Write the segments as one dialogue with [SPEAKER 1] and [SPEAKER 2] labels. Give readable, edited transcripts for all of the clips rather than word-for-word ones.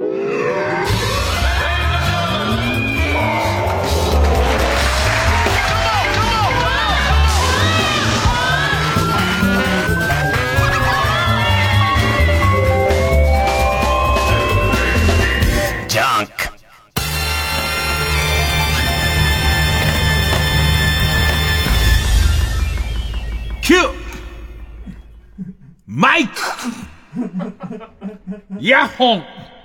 [SPEAKER 1] マイクイヤホン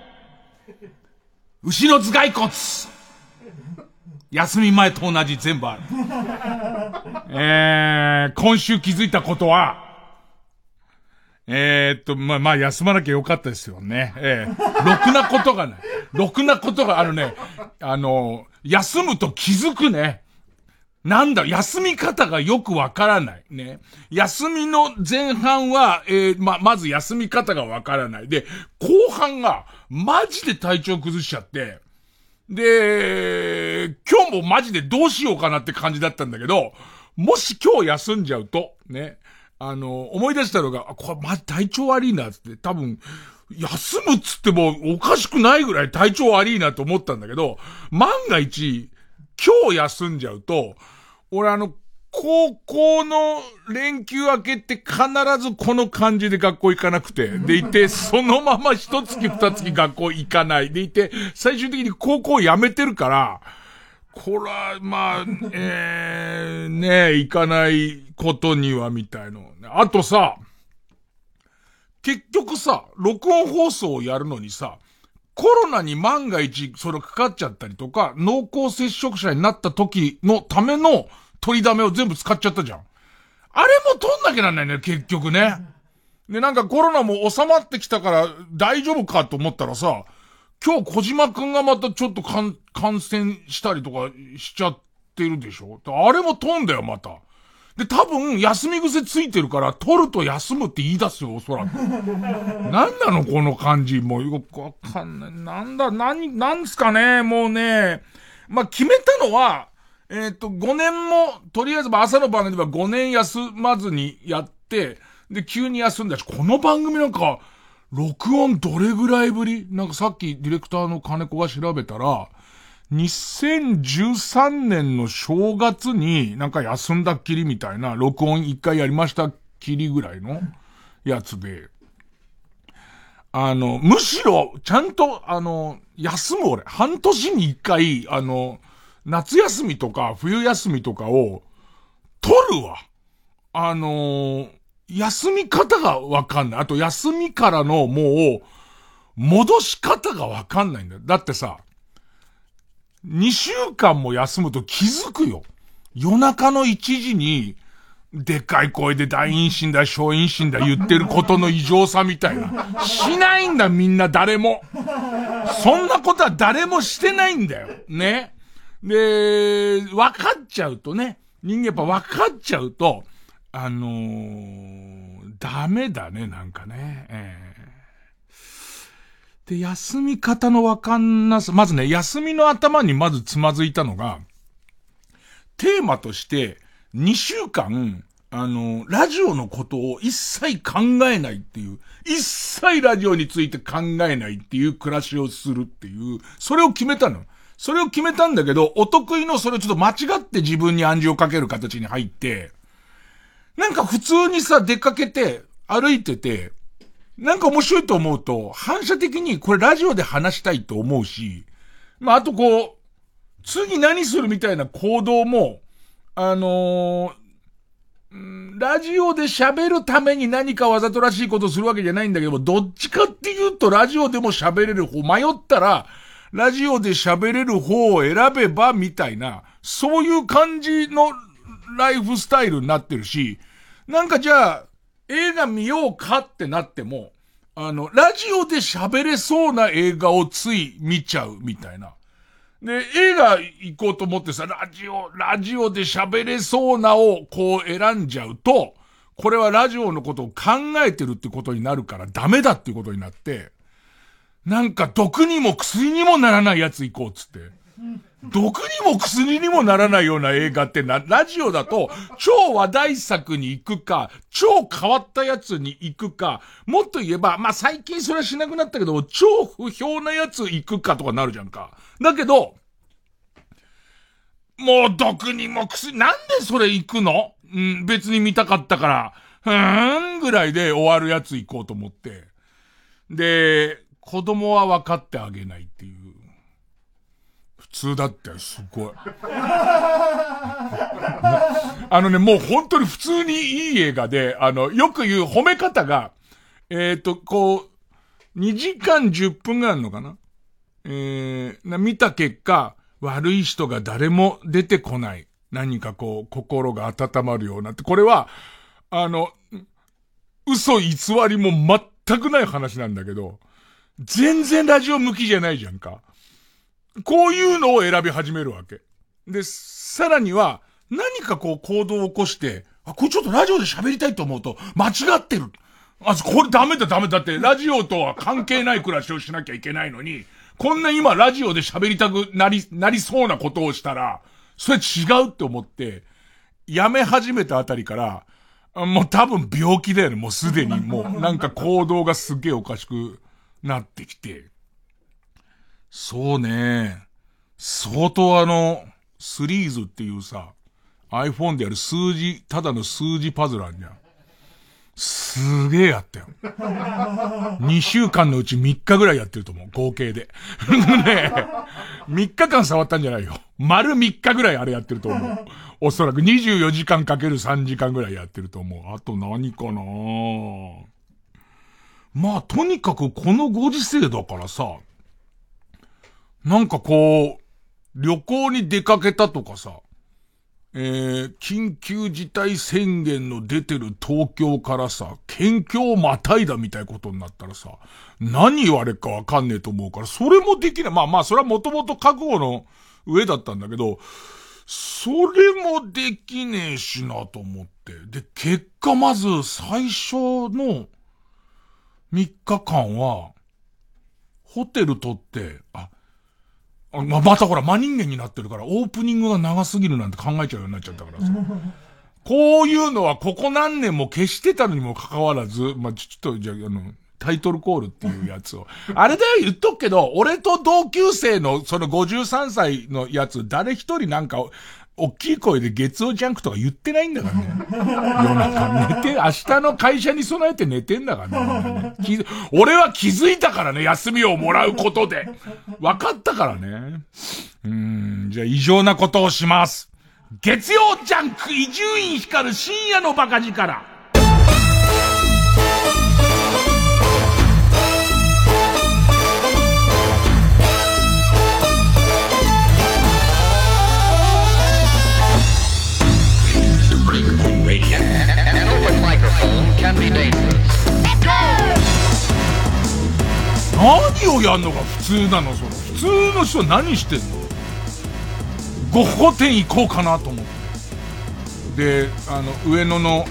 [SPEAKER 1] 牛の頭蓋骨休み前と同じ全部ある。今週気づいたことは、まあ、休まなきゃよかったですよね。ろくなことがない。ろくなことがあるね。休むと気づくね。なんだ、休み方がよくわからない。ね。休みの前半は、まず休み方がわからない。で、後半が、マジで体調崩しちゃって、で、今日もマジでどうしようかなって感じだったんだけど、もし今日休んじゃうと、ね、思い出したのが、これ体調悪いなって、多分、休むっつってもおかしくないぐらい体調悪いなと思ったんだけど、万が一、今日休んじゃうと、俺高校の連休明けって必ずこの感じで学校行かなくて、でいて、そのまま一月二月学校行かない。でいて、最終的に高校辞めてるから、こら、まあ、ねえ、行かないことにはみたいの。あとさ、結局さ、録音放送をやるのにさ、コロナに万が一それかかっちゃったりとか、濃厚接触者になった時のための取りだめを全部使っちゃったじゃん。あれも取んなきゃなんないね、結局ね。で、なんかコロナも収まってきたから大丈夫かと思ったらさ、今日小島くんがまたちょっと感染したりとかしちゃってるでしょ。あれも取んだよ、また。で、多分、休み癖ついてるから、取ると休むって言い出すよ、おそらく。なんなの、この感じ。もうよくわかんない。なんすかね、もうね。まあ、決めたのは、5年も、とりあえず朝の番組では5年休まずにやって、で、急に休んだし、この番組なんか、録音どれぐらいぶり？なんかさっきディレクターの金子が調べたら、2013年の正月になんか休んだっきりみたいな録音一回やりましたっきりぐらいのやつで、むしろちゃんと休む俺、半年に一回夏休みとか冬休みとかを取るわ。休み方がわかんない。あと休みからのもう戻し方がわかんないんだよ。だってさ、2週間も休むと気づくよ。夜中の1時に、でっかい声で大陰唇だ、小陰唇だ言ってることの異常さみたいな。しないんだ、みんな誰も。そんなことは誰もしてないんだよ。ね。で、分かっちゃうとね、人間やっぱ分かっちゃうと、ダメだね、なんかね。で、休み方のわかんなさ、まずね、休みの頭にまずつまずいたのが、テーマとして、2週間、ラジオのことを一切考えないっていう、一切ラジオについて考えないっていう暮らしをするっていう、それを決めたの。それを決めたんだけど、お得意のそれをちょっと間違って自分に暗示をかける形に入って、なんか普通にさ、出かけて、歩いてて、なんか面白いと思うと、反射的にこれラジオで話したいと思うし、まあ、あとこう、次何するみたいな行動も、ラジオで喋るために何かわざとらしいことするわけじゃないんだけど、どっちかっていうとラジオでも喋れる方、迷ったら、ラジオで喋れる方を選べば、みたいな、そういう感じのライフスタイルになってるし、なんかじゃあ、映画見ようかってなっても、ラジオで喋れそうな映画をつい見ちゃうみたいな。で、映画行こうと思ってさ、ラジオで喋れそうなをこう選んじゃうと、これはラジオのことを考えてるってことになるからダメだっていうことになって、なんか毒にも薬にもならないやつ行こうっつって。 毒にも薬にもならないような映画ってラジオだと超話題作に行くか、超変わったやつに行くか、もっと言えば、まあ、最近それはしなくなったけど、超不評なやつ行くかとかなるじゃんか。だけど、もう毒にも薬、なんでそれ行くの？別に見たかったから、ぐらいで終わるやつ行こうと思って。で、子供は分かってあげないっていう。普通だってすごい。もう本当に普通にいい映画で、よく言う褒め方が、2時間10分ぐらいあるのかな？見た結果、悪い人が誰も出てこない。何か心が温まるようなって。これは、嘘偽りも全くない話なんだけど、全然ラジオ向きじゃないじゃんか。こういうのを選び始めるわけ。で、さらには、何か行動を起こして、これちょっとラジオで喋りたいと思うと、間違ってる。これダメだって、ラジオとは関係ない暮らしをしなきゃいけないのに、こんな今ラジオで喋りたくなりそうなことをしたら、それ違うって思って、やめ始めたあたりから、もう多分病気だよね、もうすでに。もうなんか行動がすげえおかしくなってきて。そうね。相当スリーズっていうさ、iPhone でやるただの数字パズルあるじゃん。すげえやったよ。2週間のうち3日ぐらいやってると思う。合計で。ねえ。3日間触ったんじゃないよ。丸3日ぐらいあれやってると思う。おそらく24時間かける3時間ぐらいやってると思う。あと何かな？まあ、とにかくこのご時世だからさ、なんか旅行に出かけたとかさ、緊急事態宣言の出てる東京からさ、県境をまたいだみたいなことになったらさ、何言われるかわかんねえと思うから、それもできない。まあ、それはもともと覚悟の上だったんだけど、それもできねえしなと思って。で、結果まず最初の3日間は、ホテル取って、またほら、真人間になってるから、オープニングが長すぎるなんて考えちゃうようになっちゃったからさ。こういうのはここ何年も消してたのにもかかわらず、まあ、ちょっと、じゃあ、タイトルコールっていうやつを。あれだよ、言っとくけど、俺と同級生のその53歳のやつ、誰一人なんか、大きい声で月曜ジャンクとか言ってないんだからね。夜中寝て、明日の会社に備えて寝てんだからね。俺は気づいたからね、休みをもらうことで。分かったからね。じゃあ異常なことをします。月曜ジャンク伊集院光る深夜のバカ力。何をやんのが普通なの？普通の人は何してんの？ゴッホ展行こうかなと思って。で、上野の、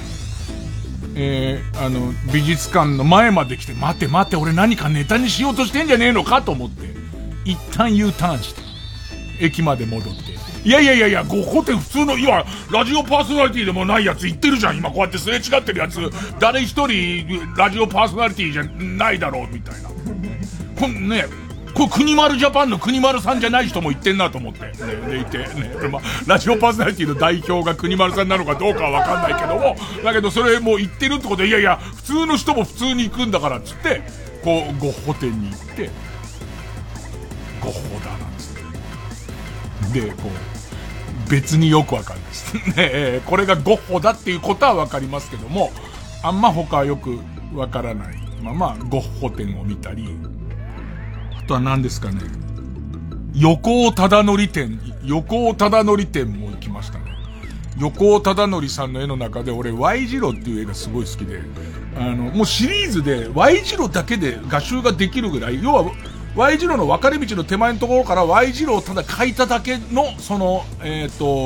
[SPEAKER 1] 美術館の前まで来て、待て、俺何かネタにしようとしてんじゃねえのかと思って、一旦 U ターンして、駅まで戻って。いや、ゴッホ展普通の、今、ラジオパーソナリティでもないやつ言ってるじゃん。今こうやってすれ違ってるやつ、誰一人、ラジオパーソナリティじゃないだろう、みたいな。これ国丸ジャパンの国丸さんじゃない人も言ってんなと思って。いて、ラジオパーソナリティの代表が国丸さんなのかどうかはわかんないけども、だけどそれもう言ってるってことで、いや、普通の人も普通に行くんだからっつって、ゴッホ展に行って、ゴッホだなんつって。で、別によくわかんないです。ね、これがゴッホだっていうことはわかりますけども、あんま他はよくわからない。まあ、ゴッホ展を見たり、あとは何ですかね。横尾忠則展も行きましたね。横尾忠則さんの絵の中で俺 Y 字路っていう絵がすごい好きで、もうシリーズで Y 字路だけで画集ができるぐらい、要は Y 字路の分かれ道の手前のところから Y 字路をただ描いただけのその絵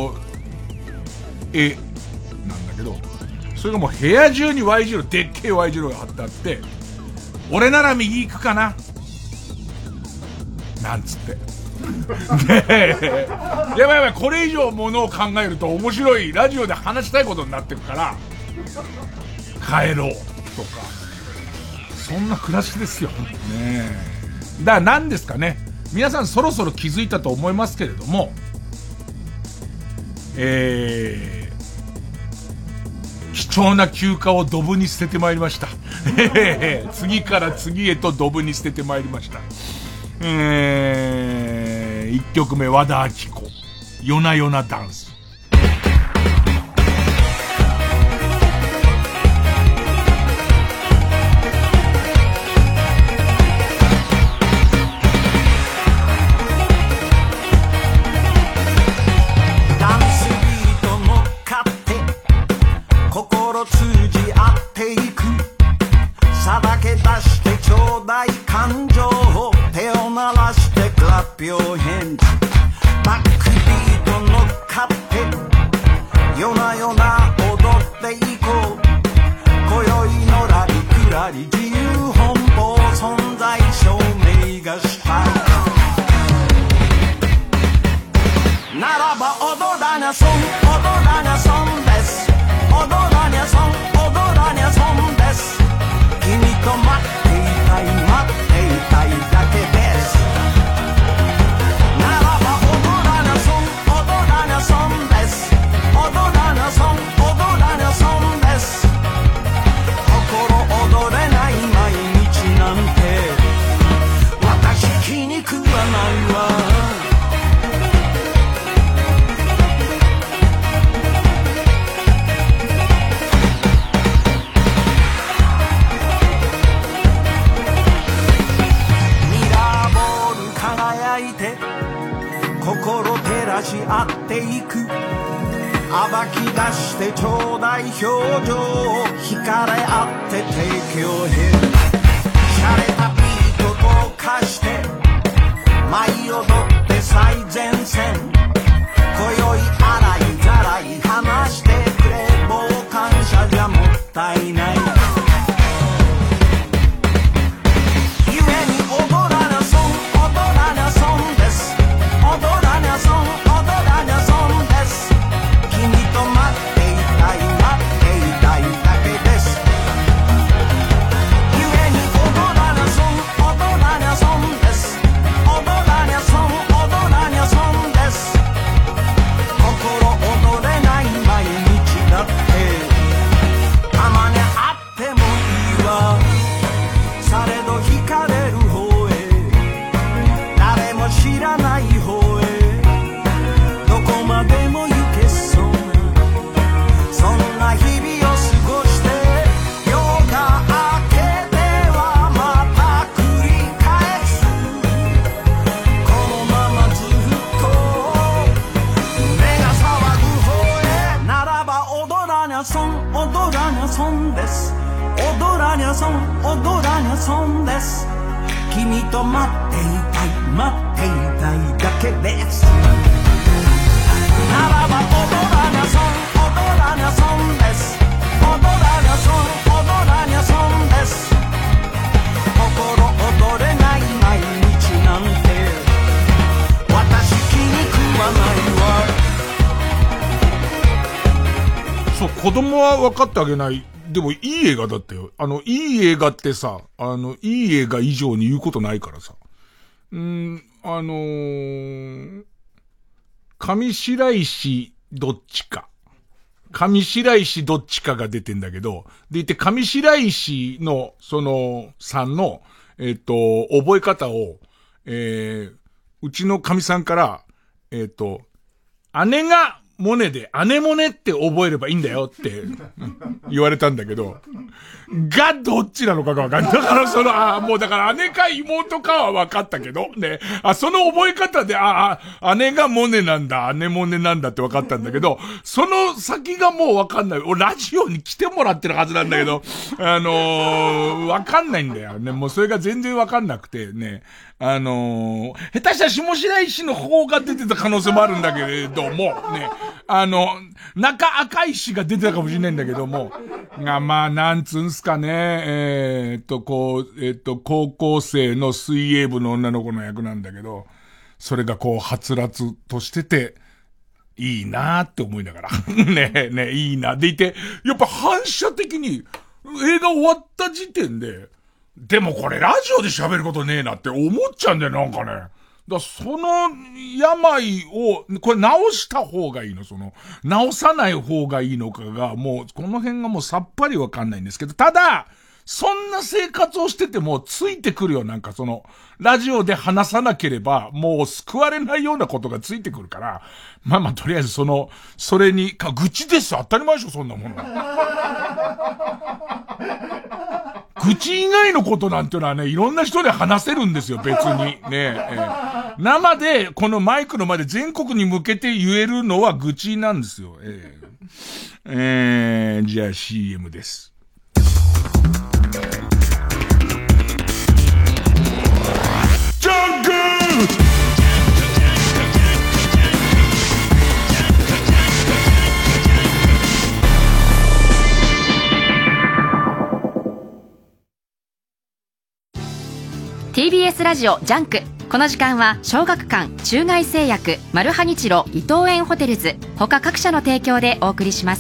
[SPEAKER 1] なんだけど、それがもう部屋中に Y 字路、でっけえ Y 字路が貼ってあって、俺なら右行くかななんつってで、やばいやばい、これ以上ものを考えると面白いラジオで話したいことになってるから、帰ろうとか、そんな暮らしですよ。ねえ。だから何ですかね。皆さんそろそろ気づいたと思いますけれども、貴重な休暇をドブに捨ててまいりました。次から次へとドブに捨ててまいりました。1曲目、和田アキ子、夜な夜なダンス。
[SPEAKER 2] 通じ合っていくさだけ出してちょうだい感情を手を鳴らしてクラッピを返事バックビート乗っかって夜な夜な踊っていこう今宵のラリクラリ自由奔放存在証明がしたいならば踊らにゃそん踊らにゃそんです踊らにゃそん踊らにゃそんです君と待っていたい待っていたいだけですならば踊らにゃそん踊らにゃそんです踊らにゃそん踊らにゃそんです心躍れない毎日なんて私気に食わないわ心照らし合っていく暴き出してちょうだい表情を惹かれ合って提供へ洒落たビートと化して舞い踊って最前線今宵洗いざらい話してくれ傍観者じゃもったいないゆえに踊らなそん踊らなそんです踊らにゃそん踊らにゃそんです君と待っていたい待っていたいだけですゆえに踊らにゃそん踊らにゃそんです踊らにゃそん踊らにゃそんです心躍れない毎日だってたまにあってもいいわされど惹かれる方へ誰も知らない方へどこまでも行けそうなそんな日々を過ごして夜が明けてはまた繰り返すこのままずっと目が騒ぐ方へならば踊らにゃそん踊らにゃそんです踊らにゃそん踊らにゃそんです君と待っていたい待っていたいだけですならば踊らにゃそん踊らにゃそんです踊らにゃそん踊らにゃそんです心躍れない毎日なんて私気に食わないわ
[SPEAKER 1] そう、子供は分かってあげない。でもいい映画だったよ。いい映画ってさ、いい映画以上に言うことないからさ。上白石どっちか。上白石どっちかが出てんだけど、でいて上白石の、さんの、覚え方を、うちの神さんから、姉がモネで、姉モネって覚えればいいんだよって言われたんだけど、がどっちなのかがわかんない。だからもうだから姉か妹かはわかったけど、ね。その覚え方で、姉がモネなんだ、姉モネなんだってわかったんだけど、その先がもうわかんない。ラジオに来てもらってるはずなんだけど、わかんないんだよね。もうそれが全然わかんなくてね。下手したら下白石の方が出てた可能性もあるんだけれども、ね。中赤石が出てたかもしれないんだけども、まあ、なんつうんすかね、高校生の水泳部の女の子の役なんだけど、 それがこう、はつらつとしてて、いいなーって思いながら。ねえ、ねえ、いいな。でいて、やっぱ反射的に、映画終わった時点で、でもこれラジオで喋ることねえなって思っちゃうんだよ、なんかね。その病を、これ治した方がいいの、治さない方がいいのかが、もう、この辺がもうさっぱりわかんないんですけど、ただ、そんな生活をしててもついてくるよ、なんかラジオで話さなければ、もう救われないようなことがついてくるから、まあとりあえずそれに、愚痴です。当たり前でしょ、そんなもの。愚痴以外のことなんていうのはね、いろんな人で話せるんですよ、別に。ね生で、このマイクの前で全国に向けて言えるのは愚痴なんですよ。じゃあ CM です。ジャンク
[SPEAKER 3] ！TBS ラジオジャンク。この時間は小学館、中外製薬、マルハニチロ、伊東園ホテルズ他各社の提供でお送りします。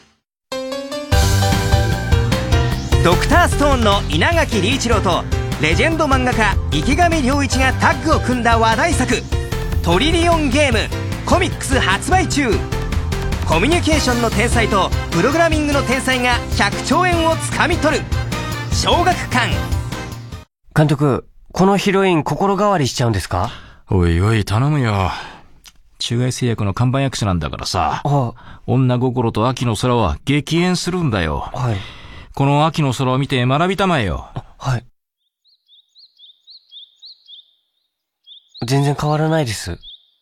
[SPEAKER 4] ドクターストーンの稲垣理一郎とレジェンド漫画家池上良一がタッグを組んだ話題作トリリオンゲームコミックス発売中。コミュニケーションの天才とプログラミングの天才が100兆円をつかみ取る小学館。
[SPEAKER 5] 監督、このヒロイン心変わりしちゃうんですか？
[SPEAKER 6] おいおい頼むよ。中外製薬の看板役者なんだからさ、女心と秋の空は激変するんだよ。はい。この秋の空を見て学びたまえよ。
[SPEAKER 5] はい。全然変わらないです。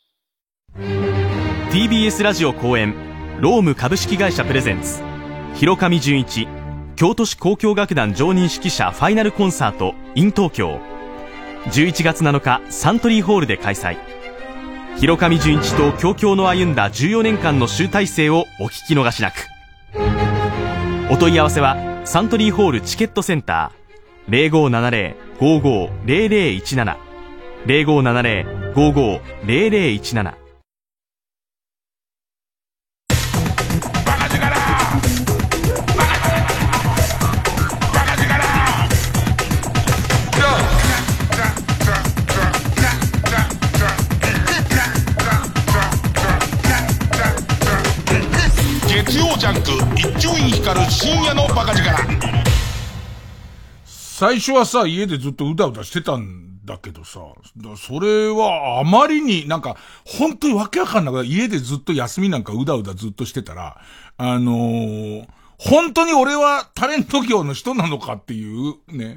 [SPEAKER 7] TBS ラジオ公演ローム株式会社プレゼンツ広上純一京都市交響楽団常任指揮者ファイナルコンサート in 東京11月7日サントリーホールで開催。広上純一と京響の歩んだ14年間の集大成をお聞き逃しなく。お問い合わせはサントリーホールチケットセンター 0570-550017 0570-550017。
[SPEAKER 1] 月曜ジャンク一丁院光る深夜のバカ力。最初はさ、家でずっとうだうだしてたんだけどさ、それはあまりになんか本当にわけわかんなくて、家でずっと休みなんかうだうだずっとしてたら、本当に俺はタレント業の人なのかっていうね。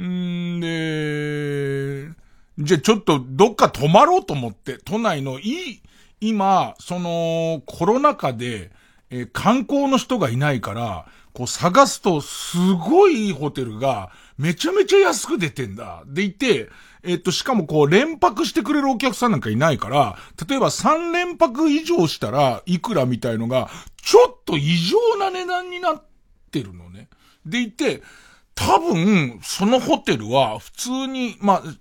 [SPEAKER 1] で、じゃあちょっとどっか泊まろうと思って、都内の今、コロナ禍で、観光の人がいないから、こう探すとすごいいいホテルがめちゃめちゃ安く出てんだ。でいて、しかもこう連泊してくれるお客さんなんかいないから、例えば3連泊以上したらいくらみたいのが、ちょっと異常な値段になってるのね。でいて、多分、そのホテルは普通に、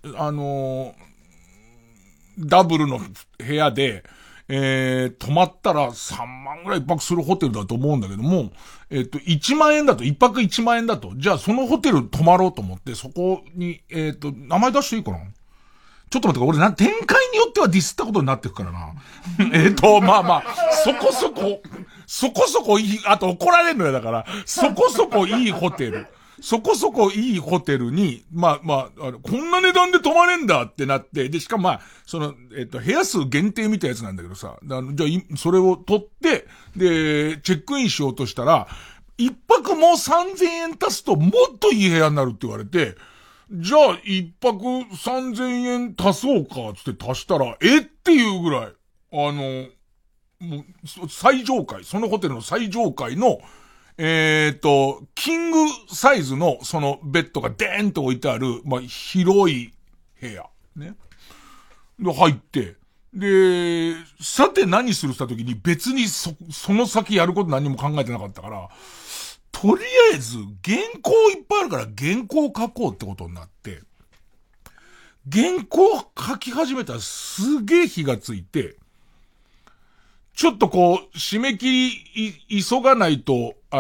[SPEAKER 1] ダブルの部屋で、泊まったら3万ぐらい一泊するホテルだと思うんだけども、1万円だと、一泊1万円だと、じゃあそのホテル泊まろうと思って、そこに、名前出していいかな？ちょっと待って、俺展開によってはディスったことになってくからな。そこそこいい、あと怒られるのよだから、そこそこいいホテル。そこそこいいホテルに、こんな値段で泊まれんだってなって、で、しかも部屋数限定みたいなやつなんだけどさ、じゃあ、それを取って、で、チェックインしようとしたら、一泊もう3000円足すともっといい部屋になるって言われて、じゃあ、一泊3000円足そうか、つって足したら、っていうぐらい、もう、最上階、そのホテルの最上階の、キングサイズのそのベッドがデーンと置いてある、広い部屋。ね。で、入って、で、さて何するした時に別にその先やること何も考えてなかったから、とりあえず原稿いっぱいあるから原稿を書こうってことになって、 原稿書き始めたらすげえ火がついて、ちょっとこう、締め切り、急がないと、もう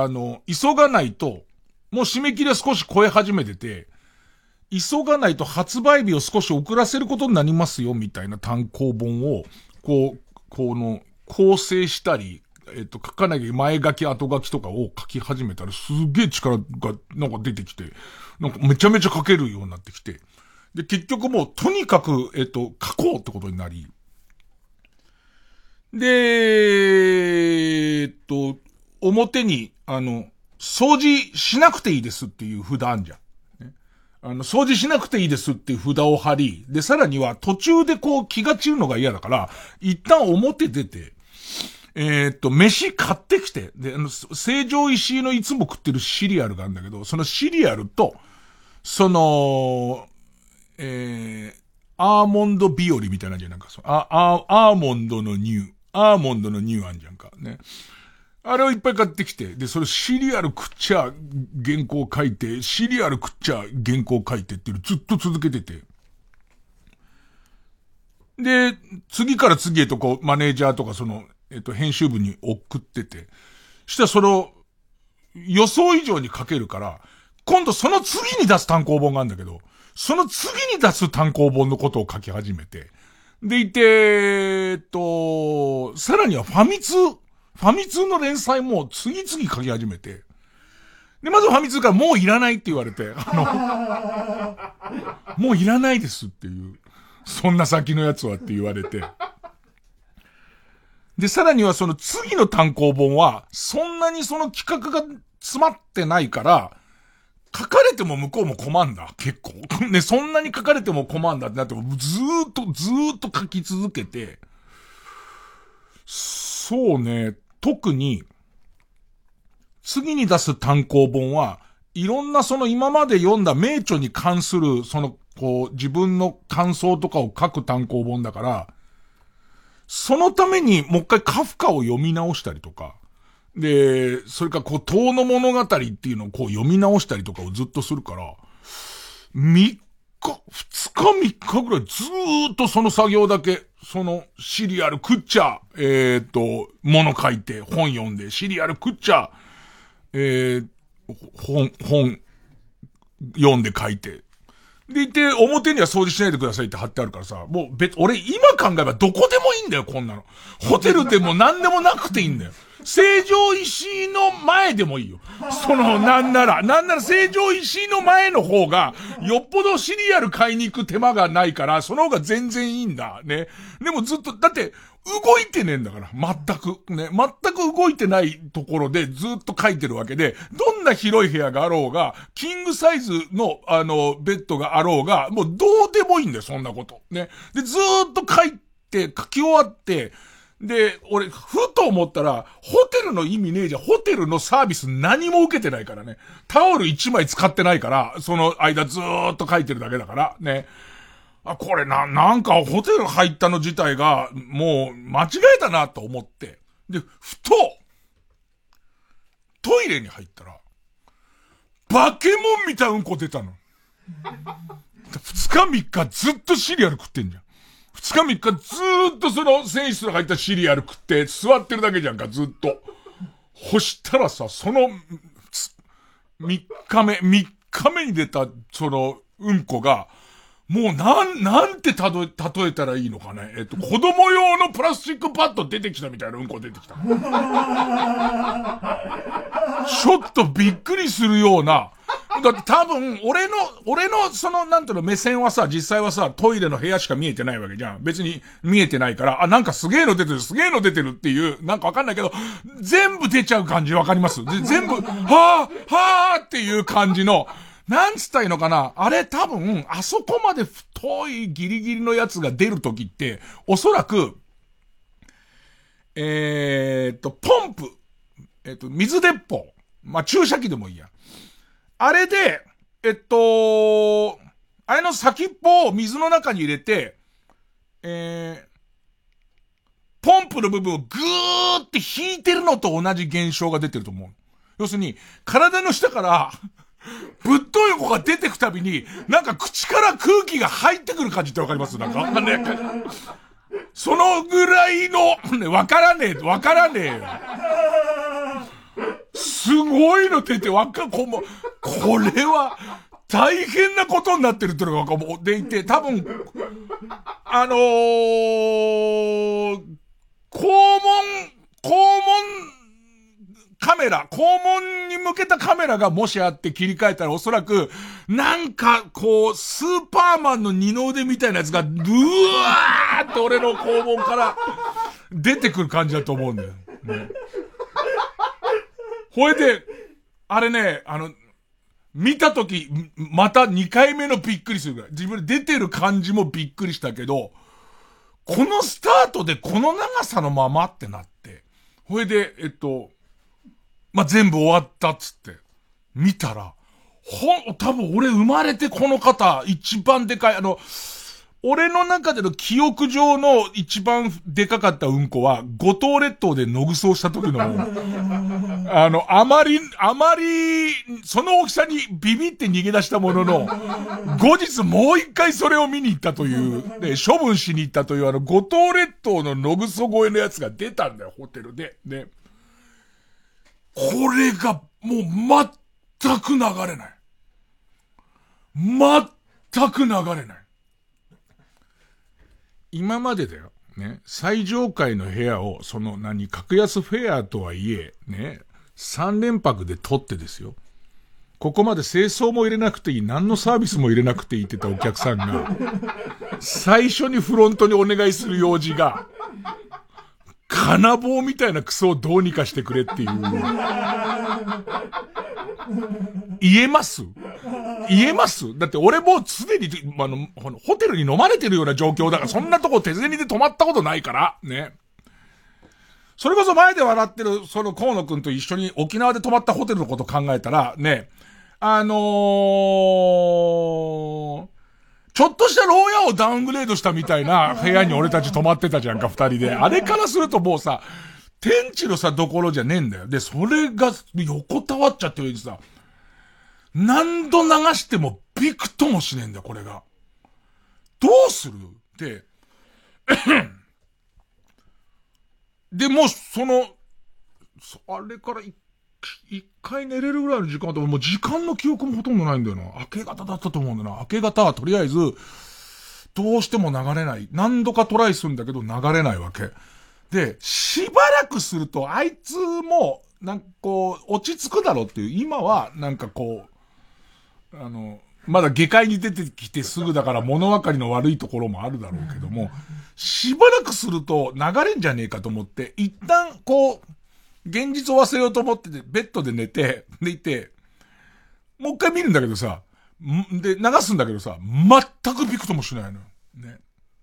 [SPEAKER 1] 締め切りは少し超え始めてて、急がないと発売日を少し遅らせることになりますよ、みたいな単行本を、構成したり、書かなきゃ前書き後書きとかを書き始めたらすげえ力がなんか出てきて、なんかめちゃめちゃ書けるようになってきて、で、結局もうとにかく、書こうってことになり、で、表に、掃除しなくていいですっていう札あんじゃん。ね、掃除しなくていいですっていう札を貼り、で、さらには途中でこう気が散るのが嫌だから、一旦表出て、飯買ってきて、で、成城石井のいつも食ってるシリアルがあるんだけど、そのシリアルと、アーモンド日和みたいなんじゃん、なんかアーモンドのニューあんじゃんか。ね。あれをいっぱい買ってきて、で、それシリアル食っちゃ原稿書いて、シリアル食っちゃ原稿書いてっていうのずっと続けてて。で、次から次へとこう、マネージャーとか編集部に送ってて、したらそれを予想以上に書けるから、今度その次に出す単行本があるんだけど、その次に出す単行本のことを書き始めて、でいて、さらにはファミ通の連載も次々書き始めて、で、まずファミ通からもういらないって言われて、もういらないですっていう、そんな先のやつはって言われて、で、さらにはその次の単行本は、そんなにその企画が詰まってないから、書かれても向こうも困んだ。結構。ね、そんなに書かれても困んだってなっても、ずーっと書き続けて、そうね、特に、次に出す単行本は、いろんなその今まで読んだ名著に関する、自分の感想とかを書く単行本だから、そのためにもう一回カフカを読み直したりとか、で、それから遠の物語っていうのを読み直したりとかをずっとするから、2日3日ぐらいずーっとその作業だけ、シリアル食っちゃ、物書いて、本読んで、シリアル食っちゃ、本読んで書いて、でいて、表には掃除しないでくださいって貼ってあるからさ、もう俺今考えばどこでもいいんだよ、こんなの。ホテルでも何でもなくていいんだよ。成城石井の前でもいいよ。なんなら成城石井の前の方が、よっぽどシリアル買いに行く手間がないから、その方が全然いいんだ。ね。でもずっと、だって、動いてねえんだから、全く。ね。全く動いてないところでずっと書いてるわけで、どんな広い部屋があろうが、キングサイズの、ベッドがあろうが、もうどうでもいいんだよ、そんなこと。ね。で、ずーっと書き終わって、で、俺、ふと思ったら、ホテルの意味ねえじゃん。ホテルのサービス何も受けてないからね。タオル1枚使ってないから、その間ずーっと書いてるだけだから、ね。これなんかホテル入ったの自体が、もう間違えたなと思って。で、ふと、トイレに入ったら、バケモン見たうんこ出たの。2日3日ずっとシリアル食ってんじゃん。2日3日ずーっとその選手が入ったシリアル食って座ってるだけじゃんか、ずっと。そしたらさ、3日目に出た、うんこが、もうなんて例えたらいいのかね。子供用のプラスチックパッド出てきたみたいなうんこ出てきた。ちょっとびっくりするような、だって多分、俺の目線はさ、実際はさ、トイレの部屋しか見えてないわけじゃん。別に見えてないから、なんかすげえの出てるっていう、なんかわかんないけど、全部出ちゃう感じわかります？全部、はぁっていう感じの、なんつったらいいのかな、あれ多分、あそこまで太いギリギリのやつが出るときって、おそらく、ポンプ、水鉄砲。注射器でもいいや。あれで、あれの先っぽを水の中に入れて、ポンプの部分をぐーって引いてるのと同じ現象が出てると思う。要するに、体の下から、 ぶっとい子が出てくたびに、なんか口から空気が入ってくる感じってわかります？なんか、ね。そのぐらいの、ね、わからねえよ。すごいの出て、これは、大変なことになってるっていうのがもうでいて、多分、肛門に向けたカメラがもしあって切り替えたらおそらく、なんかこう、スーパーマンの二の腕みたいなやつが、うわーって俺の肛門から出てくる感じだと思うんだよ。ね、ほいで、あれね、見たとき、また2回目のびっくりするぐらい。自分で出てる感じもびっくりしたけど、このスタートでこの長さのままってなって、ほいで、全部終わったっつって、見たら、多分俺生まれてこの方、一番でかい、俺の中での記憶上の一番でかかったうんこは、五島列島で野ぐそをした時の、あまり、その大きさにビビって逃げ出したものの、後日もう一回それを見に行ったという、ね、処分しに行ったという五島列島の野ぐそ越えのやつが出たんだよ、ホテルで。ね。これがもう全く流れない。全く流れない。今までだよ。ね。最上階の部屋を、格安フェアとはいえ、ね。3連泊で取ってですよ。ここまで清掃も入れなくていい、何のサービスも入れなくていいって言ったお客さんが、最初にフロントにお願いする用事が、金棒みたいなクソをどうにかしてくれっていう。言えますだって俺もうすでに、ホテルに飲まれてるような状況だから、そんなとこ手銭で泊まったことないから、ね。それこそ前で笑ってる、河野くんと一緒に沖縄で泊まったホテルのこと考えたら、ね、ちょっとした牢屋をダウングレードしたみたいな部屋に俺たち泊まってたじゃんか、二人で。あれからするともうさ、天地のさ、どころじゃねえんだよ。で、それが横たわっちゃってるようにさ、何度流してもびくともしねえんだよ、これが。どうするって、で、もうあれから一回寝れるぐらいの時間だと、もう時間の記憶もほとんどないんだよな。明け方だったと思うんだよな。明け方はとりあえず、どうしても流れない。何度かトライするんだけど流れないわけ。で、しばらくすると、あいつも、なんかこう、落ち着くだろうっていう、今は、なんかこう、まだ下界に出てきてすぐだから物分かりの悪いところもあるだろうけども、しばらくすると流れんじゃねえかと思って、一旦こう、現実を忘れようと思ってて、ベッドで寝て、でいて、もう一回見るんだけどさ、で、流すんだけどさ、全くびくともしないのよ。ね。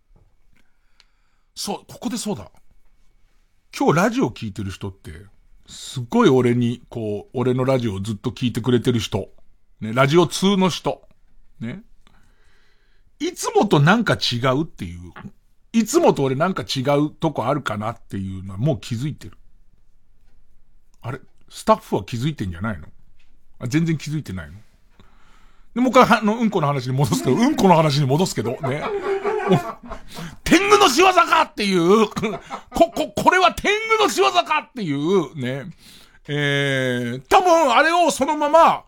[SPEAKER 1] そう、ここでそうだ。今日ラジオ聞いてる人って、すっごい俺のラジオをずっと聞いてくれてる人。ね、ラジオ通の人。ね。いつもとなんか違うっていう。いつもと俺なんか違うとこあるかなっていうのはもう気づいてる。あれスタッフは気づいてんじゃないの？全然気づいてないの？で、もう一回うんこの話に戻すけど、ね。天狗の仕業かっていう、これは天狗の仕業かっていう、ね。多分あれをそのまま、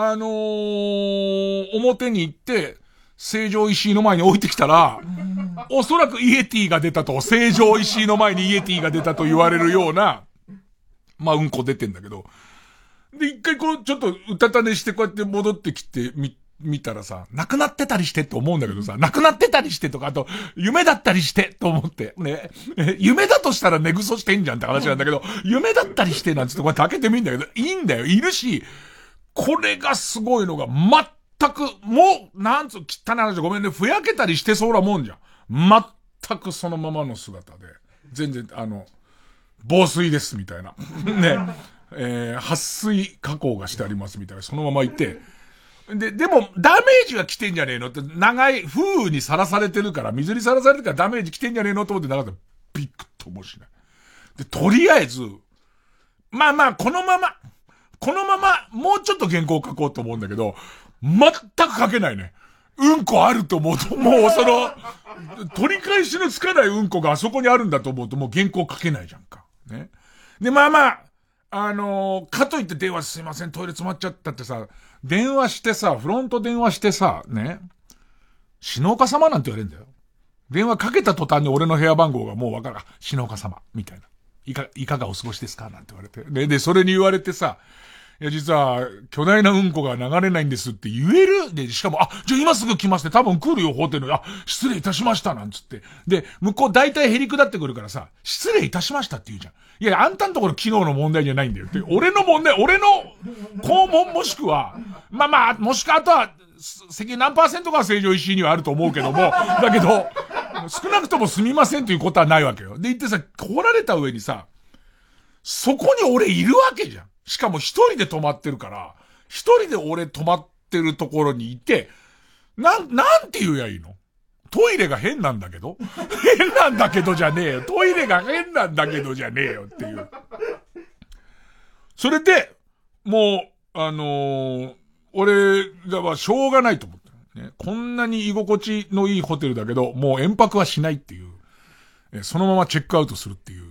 [SPEAKER 1] 表に行って、成城石井の前に置いてきたら、おそらくイエティが出たと、成城石井の前にイエティが出たと言われるような、うんこ出てんだけど。で、一回ちょっとうたた寝してこうやって戻ってきて見たらさ、亡くなってたりしてって思うんだけどさ、亡くなってたりしてとか、あと、夢だったりしてと思って、ね。夢だとしたら寝ぐそしてんじゃんって話なんだけど、夢だったりしてなんつってこうやって開けてみんだけど、いいんだよ、いるし、これがすごいのが、全く、もう、なんつう、汚い話ごめんね、ふやけたりしてそうなもんじゃん。全くそのままの姿で、全然、防水です、みたいな。ね。撥水加工がしてあります、みたいな。そのままいて。でも、ダメージが来てんじゃねえのって、長い風雨にさらされてるから、水にさらされてるからダメージ来てんじゃねえのと思ってなかった。びくともしない。で、とりあえず、このまま、 このまま、もうちょっと原稿を書こうと思うんだけど、全く書けないね。うんこあると思うと、もう取り返しのつかないうんこがあそこにあるんだと思うと、もう原稿書けないじゃんか。ね。で、まあまあ、かといって電話すいません、トイレ詰まっちゃったってさ、電話してさ、フロント電話してさ、ね。篠岡様なんて言われるんだよ。電話かけた途端に俺の部屋番号がもうわかる。篠岡様、みたいな。いかがお過ごしですかなんて言われて。で、それに言われてさ、いや、実は、巨大なうんこが流れないんですって言えるで、しかも、じゃあ今すぐ来ますって多分来るよ、ホテルに。失礼いたしました、なんつって。で、向こう大体へりくだってくるからさ、失礼いたしましたって言うじゃん。いや、あんたんところ機能の問題じゃないんだよって。俺の問題、俺の肛門もしくは、まあ、もしくはあとは、責任何%が正常石井にはあると思うけども、だけど、少なくともすみませんということはないわけよ。で、言ってさ、来られた上にさ、そこに俺いるわけじゃん。しかも一人で泊まってるから、一人で俺泊まってるところにいて、なんて言うやいいの？トイレが変なんだけど変なんだけどじゃねえよ。トイレが変なんだけどじゃねえよっていう。それで、もう、俺がはしょうがないと思った、ね。こんなに居心地のいいホテルだけど、もう延泊はしないっていう。そのままチェックアウトするっていう。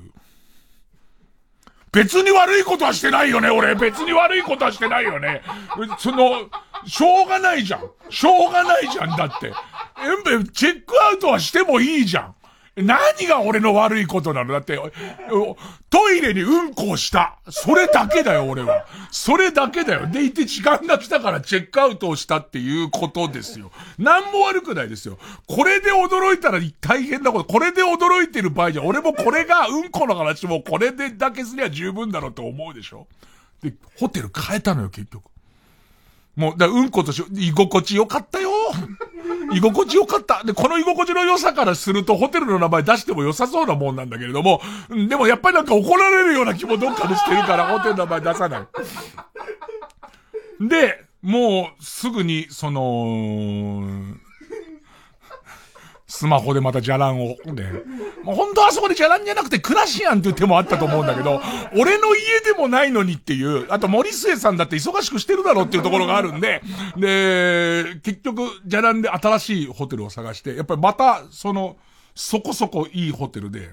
[SPEAKER 1] 別に悪いことはしてないよね、俺。別に悪いことはしてないよね。しょうがないじゃん。しょうがないじゃん、だって。チェックアウトはしてもいいじゃん。何が俺の悪いことなの？だって、トイレにうんこをした。それだけだよ、俺は。それだけだよ。でいて時間が来たからチェックアウトをしたっていうことですよ。何も悪くないですよ。これで驚いたら大変なこと。これで驚いてる場合じゃ、俺もこれがうんこの話もこれでだけすりゃ十分だろうと思うでしょ。で、ホテル変えたのよ、結局。もう、うんこと居心地よかったよ。居心地よかった。で、この居心地の良さからすると、ホテルの名前出しても良さそうなもんなんだけれども、でもやっぱりなんか怒られるような気もどっかでしてるから、ホテルの名前出さない。で、もう、すぐに、スマホでまたじゃらんを、ね。もう本当はそこでじゃらんじゃなくてクラシアンっていう手もあったと思うんだけど、俺の家でもないのにっていう、あと森末さんだって忙しくしてるだろうっていうところがあるんで、で、結局、じゃらんで新しいホテルを探して、やっぱりまた、そこそこいいホテルで、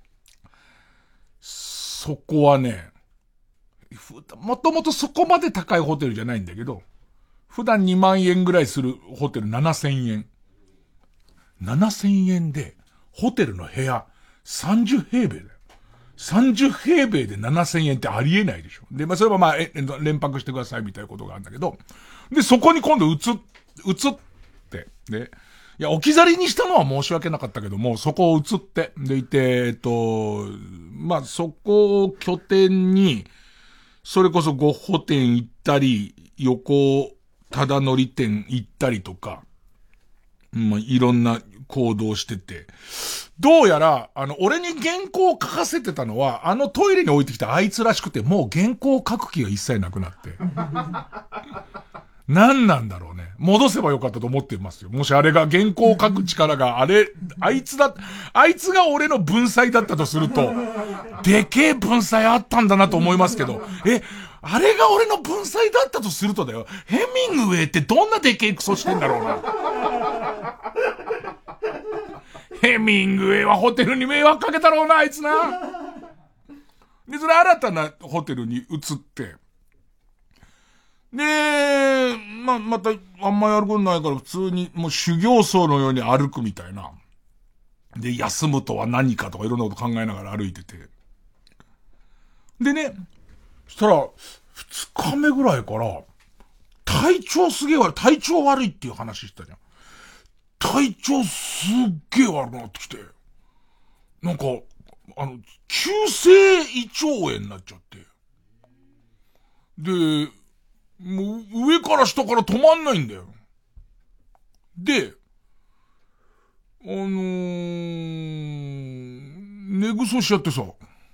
[SPEAKER 1] そこはね、もともとそこまで高いホテルじゃないんだけど、普段2万円ぐらいするホテル7000円。7000円で、ホテルの部屋、30平米だよ。30平米で7000円ってありえないでしょ。で、それは連泊してくださいみたいなことがあるんだけど、で、そこに今度移って、で、いや、置き去りにしたのは申し訳なかったけども、そこを移って、でいて、そこを拠点に、それこそゴッホ店行ったり、横忠則店行ったりとか、いろんな行動してて。どうやら、俺に原稿を書かせてたのは、トイレに置いてきたあいつらしくて、もう原稿を書く気が一切なくなって。何なんだろうね。戻せばよかったと思ってますよ。もしあれが原稿を書く力があいつが俺の文才だったとすると、でけえ文才あったんだなと思いますけど、あれが俺の文才だったとするとだよ。ヘミングウェイってどんなでけえクソしてんだろうな。ヘミングウェイはホテルに迷惑かけたろうな、あいつな。で、それ新たなホテルに移って、で、また、あんまやることないから普通にもう修行僧のように歩くみたいな。で、休むとは何かとかいろんなこと考えながら歩いてて。でね、そしたら、2日目ぐらいから、体調悪いっていう話してたじゃん。体調すっげえ悪くなってきて。なんか、急性胃腸炎になっちゃって。で、もう上から下から止まんないんだよ。で、寝ぐそしちゃってさ、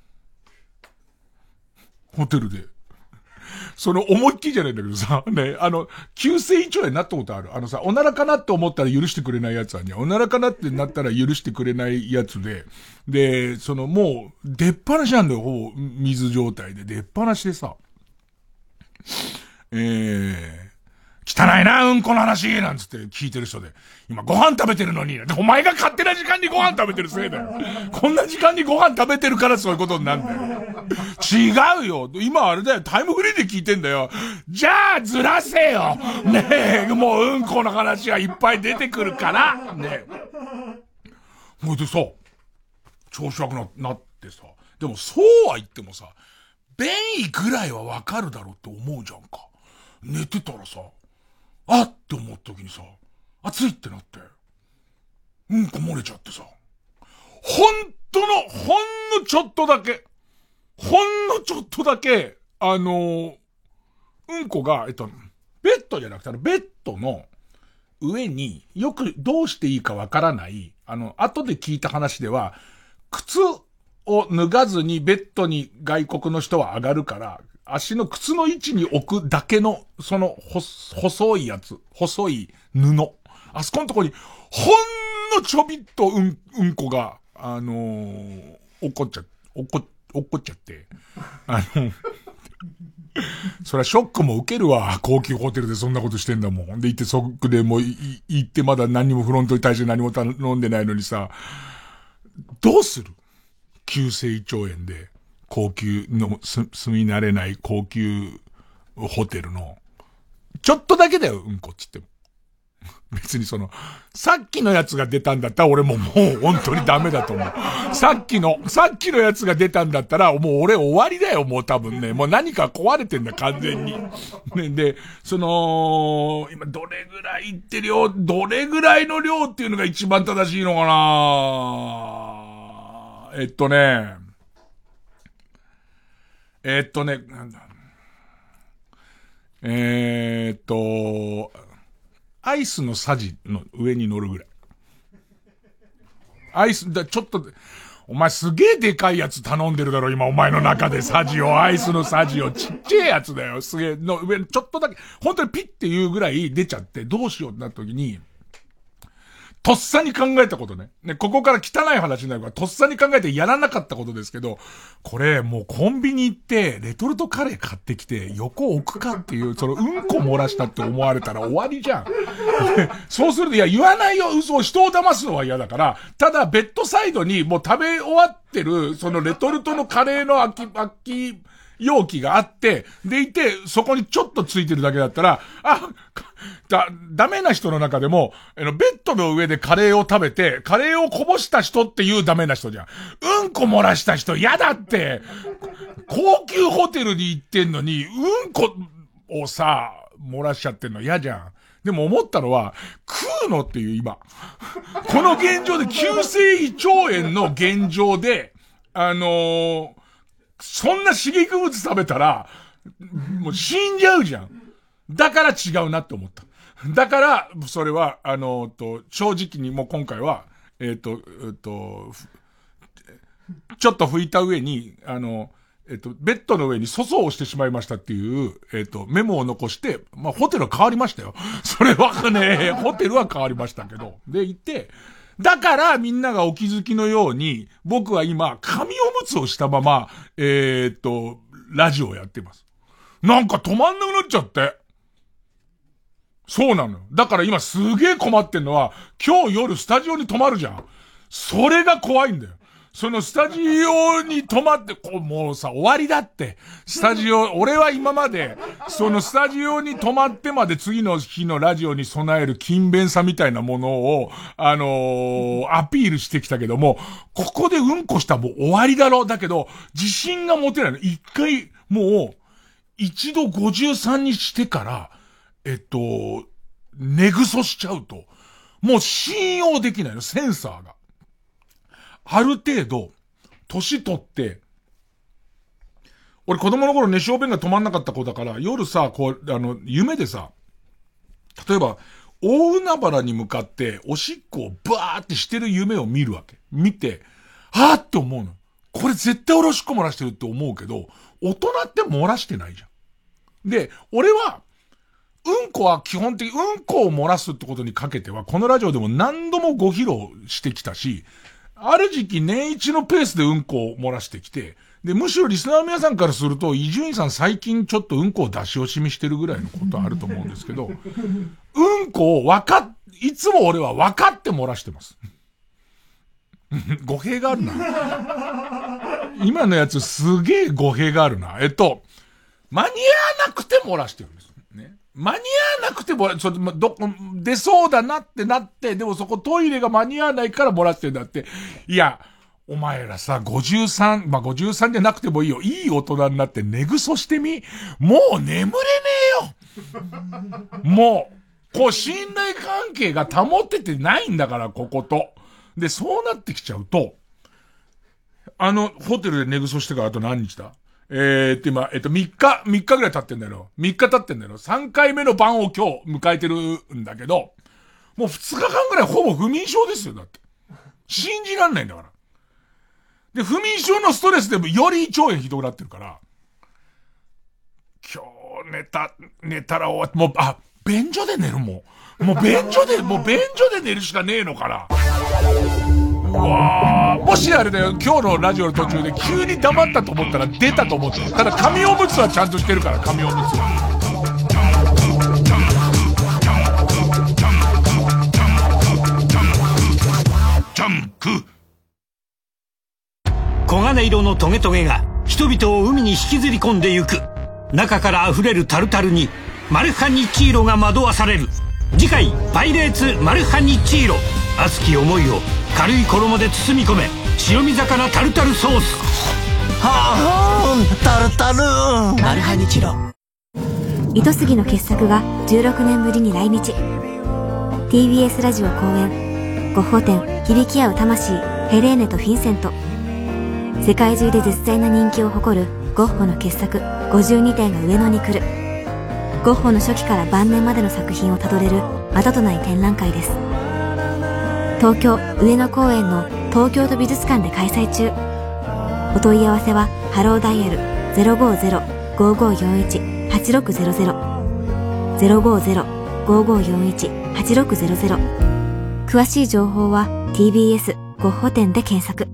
[SPEAKER 1] ホテルで。思いっきりじゃないんだけどさ、ね、急性胃腸炎になったことある。おならかなって思ったら許してくれないやつはね、おならかなってなったら許してくれないやつで、で、もう、出っ放しなんだよ、ほぼ、水状態で。出っ放しでさ。 汚いな、うんこの話なんつって聞いてる人で、今ご飯食べてるのに、お前が勝手な時間にご飯食べてるせいだよ。こんな時間にご飯食べてるからそういうことになるんだよ。違うよ。今あれだよ、タイムフリーで聞いてんだよ。じゃあずらせよ。ねえ、もううんこの話がいっぱい出てくるから。ねえ。ほいでさ、調子悪くなってさ、でもそうは言ってもさ、便意ぐらいはわかるだろうって思うじゃんか。寝てたらさ、あって思った時にさ、暑いってなって、うんこ漏れちゃってさ、ほんのちょっとだけ、うんこが、ベッドじゃなくて、ベッドの上によくどうしていいかわからない、後で聞いた話では、靴を脱がずにベッドに外国の人は上がるから、足の靴の位置に置くだけの、その、細い布。あそこのとこに、ほんのちょびっとうんこが、落っこっちゃって、そりゃショックも受けるわ。高級ホテルでそんなことしてんだもん。で、行ってそこでもう行ってまだ何にもフロントに対して何も頼んでないのにさ、どうする？急性胃腸炎で、高級の、住み慣れない高級ホテルの、ちょっとだけだよ、うんこっつっても。別にさっきのやつが出たんだったら俺もう本当にダメだと思う。さっきのやつが出たんだったらもう俺終わりだよ、もう多分ね。もう何か壊れてんだ、完全に。ね、で、今どれぐらいいってるよ、どれぐらいの量っていうのが一番正しいのかな。なんだ。アイスのさじの上に乗るぐらい。ちょっと、お前すげえでかいやつ頼んでるだろ、今お前の中でさじを、アイスのさじを、ちっちゃいやつだよ、すげえ、の上にちょっとだけ、本当にピッていうぐらい出ちゃって、どうしようってなった時に、とっさに考えたことね。ね、ここから汚い話になるから、とっさに考えてやらなかったことですけど、これ、もうコンビニ行って、レトルトカレー買ってきて、横置くかっていう、うんこ漏らしたって思われたら終わりじゃん。そうすると、いや、言わないよ、嘘を、人を騙すのは嫌だから、ただ、ベッドサイドにもう食べ終わってる、レトルトのカレーの空き容器があって、でいて、そこにちょっとついてるだけだったら、ダメな人の中でも、ベッドの上でカレーを食べて、カレーをこぼした人っていうダメな人じゃん。うんこ漏らした人嫌だって。高級ホテルに行ってんのに、うんこをさ、漏らしちゃってんの嫌じゃん。でも思ったのは、食うのっていう今。この現状で、急性胃腸炎の現状で、そんな刺激物食べたら、もう死んじゃうじゃん。だから違うなって思った。だから、それは、正直にもう今回は、ちょっと拭いた上に、ベッドの上に粗相をしてしまいましたっていう、メモを残して、まあ、ホテルは変わりましたよ。それはね、ホテルは変わりましたけど。で、行って、だからみんながお気づきのように、僕は今、紙おむつをしたまま、ラジオをやってます。なんか止まんなくなっちゃって。そうなのよ。だから今すげえ困ってんのは、今日夜スタジオに泊まるじゃん。それが怖いんだよ。そのスタジオに泊まって、もうさ、終わりだって。スタジオ、俺は今まで、そのスタジオに泊まってまで次の日のラジオに備える勤勉さみたいなものを、アピールしてきたけども、ここでうんこしたらもう終わりだろ。だけど、自信が持てないの。一回、もう、一度53にしてから、寝ぐそしちゃうと、もう信用できないの、センサーが。ある程度、年取って、俺子供の頃寝小便が止まんなかった子だから、夜さ、夢でさ、例えば、大海原に向かって、おしっこをバーってしてる夢を見るわけ。見て、はぁって思うの。これ絶対俺おしっこ漏らしてるって思うけど、大人って漏らしてないじゃん。で、俺は、うんこは基本的にうんこを漏らすってことにかけては、このラジオでも何度もご披露してきたし、ある時期年一のペースでうんこを漏らしてきて、 で、むしろリスナーの皆さんからすると、伊集院さん最近ちょっとうんこを出し惜しみしてるぐらいのことあると思うんですけど、うんこをいつも俺は分かって漏らしてます。語弊があるな。今のやつすげえ語弊があるな。間に合わなくて漏らしてるんです。ね。間に合わなくて出そうだなってなって、でもそこトイレが間に合わないから漏らしてるんだって。いや、お前らさ、53じゃなくてもいいよ。いい大人になって寝ぐそしてみ。もう眠れねえよ。もう、信頼関係が保ててないんだから、ここと。で、そうなってきちゃうと、ホテルで寝ぐそしてからあと何日だ今、3日ぐらい経ってんだよ。3日経ってんだよ。3回目の晩を今日迎えてるんだけど、もう2日間ぐらいほぼ不眠症ですよ、だって。信じらんないんだから。で、不眠症のストレスでもより胃腸炎ひどくなってるから、今日寝たら終わって、もう、便所で寝るもん。もう便所で寝るしかねえのかな。うわー、もしあれだよ、今日のラジオの途中で急に黙ったと思ったら出たと思って。ただ紙おむつはちゃんとしてるから、紙おむつは。ジャンク。
[SPEAKER 8] 黄金色のトゲトゲが人々を海に引きずり込んでゆく。中から溢れるタルタルにマルハニチーロが惑わされる。次回パイレーツマルハニチーロ。熱き思いを軽い衣で包み込め。白身魚タルタルソース。
[SPEAKER 2] はータルタルマルハニチロ。
[SPEAKER 9] 糸杉の傑作が16年ぶりに来日。 TBS ラジオ公演ゴッホ展響き合う魂ヘレーネとフィンセント。世界中で絶大な人気を誇るゴッホの傑作52点が上野に来る。ゴッホの初期から晩年までの作品をたどれるまたとない展覧会です。東京上野公園の東京都美術館で開催中。お問い合わせはハローダイヤル 050-5541-8600 050-5541-8600。詳しい情報は TBS ゴッホ展で検索。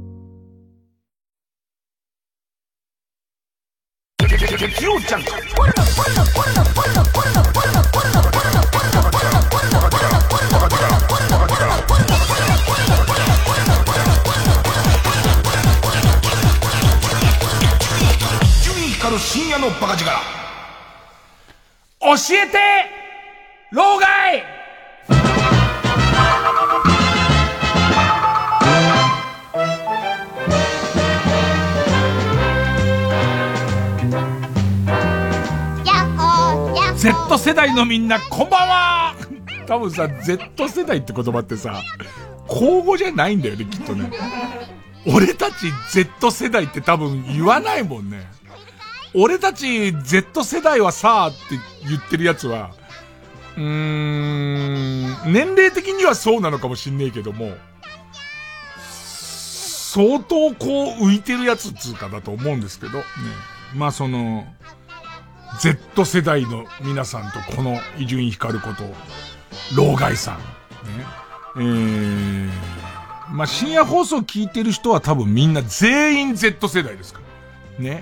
[SPEAKER 1] 深夜のバカ力教えて老害。Z 世代のみんなこんばんは。多分さ Z 世代って言葉ってさ口語じゃないんだよねきっとね。俺たち Z 世代って多分言わないもんね。俺たち Z 世代はさーって言ってるやつは年齢的にはそうなのかもしんねえけども相当こう浮いてるやつつうかだと思うんですけどね。まあその Z 世代の皆さんとこの伊集院光こと老害さんね。まあ深夜放送聞いてる人は多分みんな全員 Z 世代ですからね。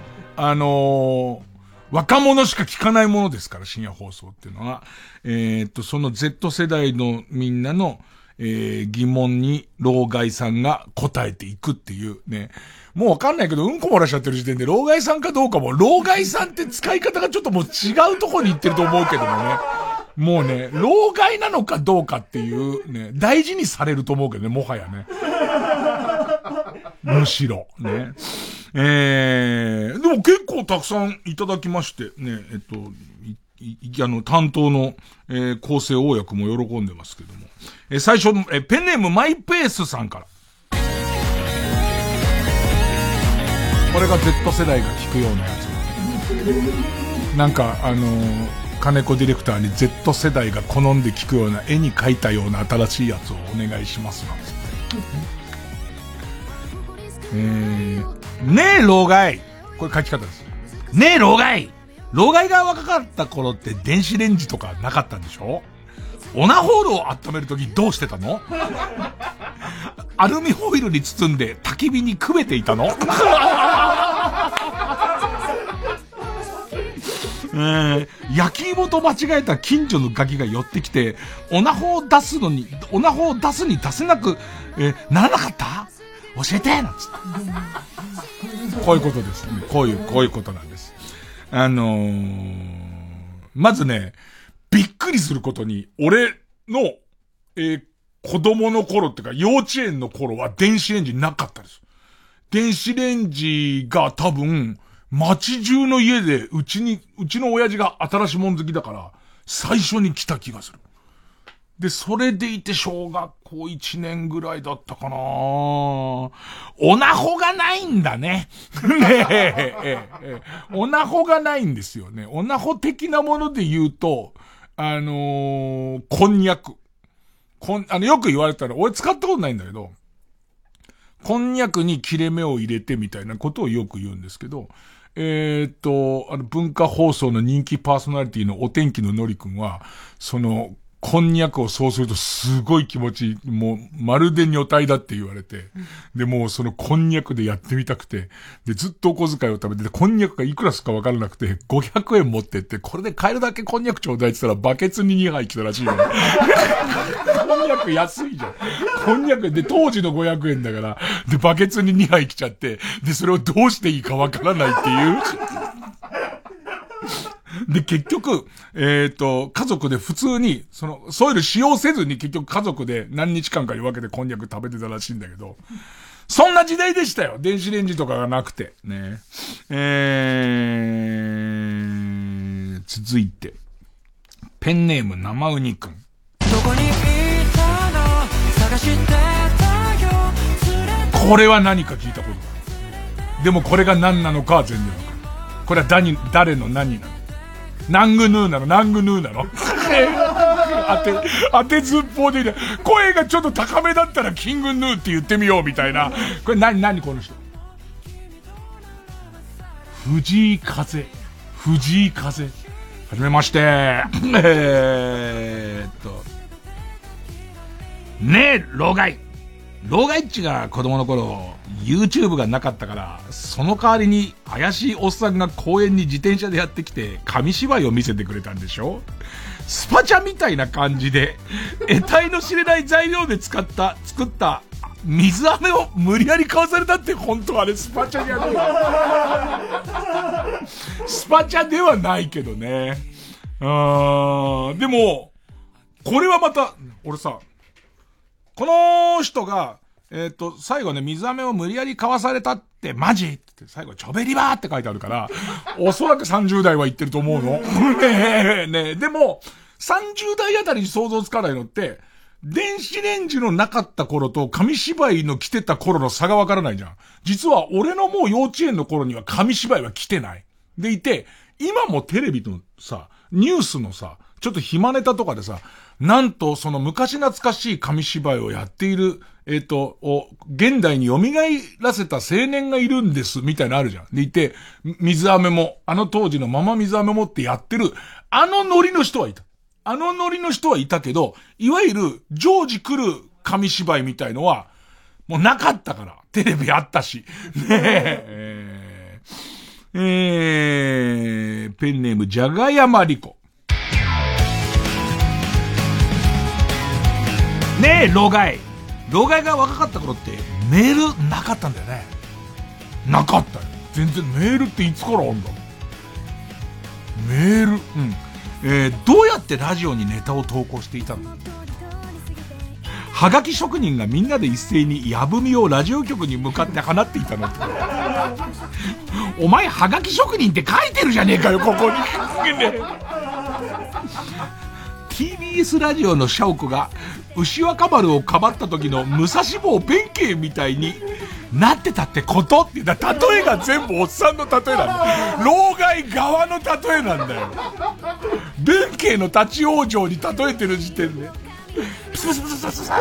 [SPEAKER 1] 若者しか聞かないものですから深夜放送っていうのはその Z 世代のみんなの疑問に老害さんが答えていくっていうね。もうわかんないけどうんこ漏らしちゃってる時点で老害さんかどうかも老害さんって使い方がちょっともう違うとこに行ってると思うけどもね。もうね老害なのかどうかっていうね大事にされると思うけどねもはやね。むしろね。でも結構たくさんいただきましてね担当の、構成大家君も喜んでますけども、最初の、ペンネームマイペースさんから。これが Z 世代が聞くようなやつ。なんか金子ディレクターに Z 世代が好んで聞くような絵に描いたような新しいやつをお願いしますなんつって。ねえ老害。これ書き方です。ねえ老害。老害が若かった頃って電子レンジとかなかったんでしょ？オナホールを温めるときどうしてたの？アルミホイルに包んで焚き火にくべていたの？ 焼き芋と間違えた近所のガキが寄ってきて、オナホを出すに出せなく、ならなかった？教えてなんつって。こういうことですね。こういうことなんです。まずね、びっくりすることに、俺の、子供の頃っていうか、幼稚園の頃は電子レンジなかったです。電子レンジが多分、街中の家で、うちの親父が新しいもん好きだから、最初に来た気がする。で、それでいて小学校1年ぐらいだったかな。オナホがないんだね。オナホがないんですよね。オナホ的なもので言うと、こんにゃく。よく言われたら、俺使ったことないんだけど、こんにゃくに切れ目を入れてみたいなことをよく言うんですけど、文化放送の人気パーソナリティのお天気ののりくんは、こんにゃくをそうするとすごい気持ちいい。もう、まるで女体だって言われて。で、もうこんにゃくでやってみたくて。で、ずっとお小遣いを食べて、こんにゃくがいくらすかわからなくて、500円持ってって、これで買えるだけこんにゃくちょうだいって言ったら、バケツに2杯来たらしいよね。こんにゃく安いじゃん。こんにゃくで、当時の500円だから、で、バケツに2杯来ちゃって、で、それをどうしていいかわからないっていう。で、結局、家族で普通に、ソイル使用せずに結局家族で何日間かに分けてこんにゃく食べてたらしいんだけど、そんな時代でしたよ。電子レンジとかがなくて。ね。続いて、ペンネーム生ウニくん。これは何か聞いたことある。でもこれが何なのかは全然わかんない。これは誰の何なの？ナングヌーなの当てずっぽうでいいね。声がちょっと高めだったらキングヌーって言ってみようみたいな。これ何この人。藤井風。はじめまして。ねえ、老害っちが子供の頃、YouTube がなかったから、その代わりに怪しいおっさんが公園に自転車でやってきて、紙芝居を見せてくれたんでしょ？スパチャみたいな感じで、得体の知れない材料で作った水飴を無理やり買わされたって、本当あれスパチャじゃねえ。スパチャではないけどね。でも、これはまた、俺さ、この人が、最後ね、水飴を無理やり買わされたって、マジって最後、ちょべりばーって書いてあるから、おそらく30代は言ってると思うの。ねえ、でも、30代あたりに想像つかないのって、電子レンジのなかった頃と紙芝居の来てた頃の差がわからないじゃん。実は俺のもう幼稚園の頃には紙芝居は来てない。でいて、今もテレビのさ、ニュースのさ、ちょっと暇ネタとかでさ、なんとその昔懐かしい紙芝居をやっている、現代に蘇らせた青年がいるんです、みたいなのあるじゃん。でいて、水飴も、あの当時のまま水飴もってやってる、あのノリの人はいた。けど、いわゆる常時来る紙芝居みたいのは、もうなかったから。テレビあったし。ねえ。ペンネーム、じゃがやまりこ。ねえ、老害が若かった頃ってメールなかったんだよね。なかったよ。全然メールっていつからあんだ。メール、どうやってラジオにネタを投稿していたの？はがき職人がみんなで一斉にやぶみをラジオ局に向かって放っていたのって。お前はがき職人って書いてるじゃねえかよ、ここに。TBS ラジオのシャオコが牛若丸をかばった時の武蔵坊弁慶みたいになってたってことって、例えが全部おっさんの例えなんだ。老害側の例えなんだよ。弁慶の立ち往生に例えてる時点でプスプスプスプスプスって。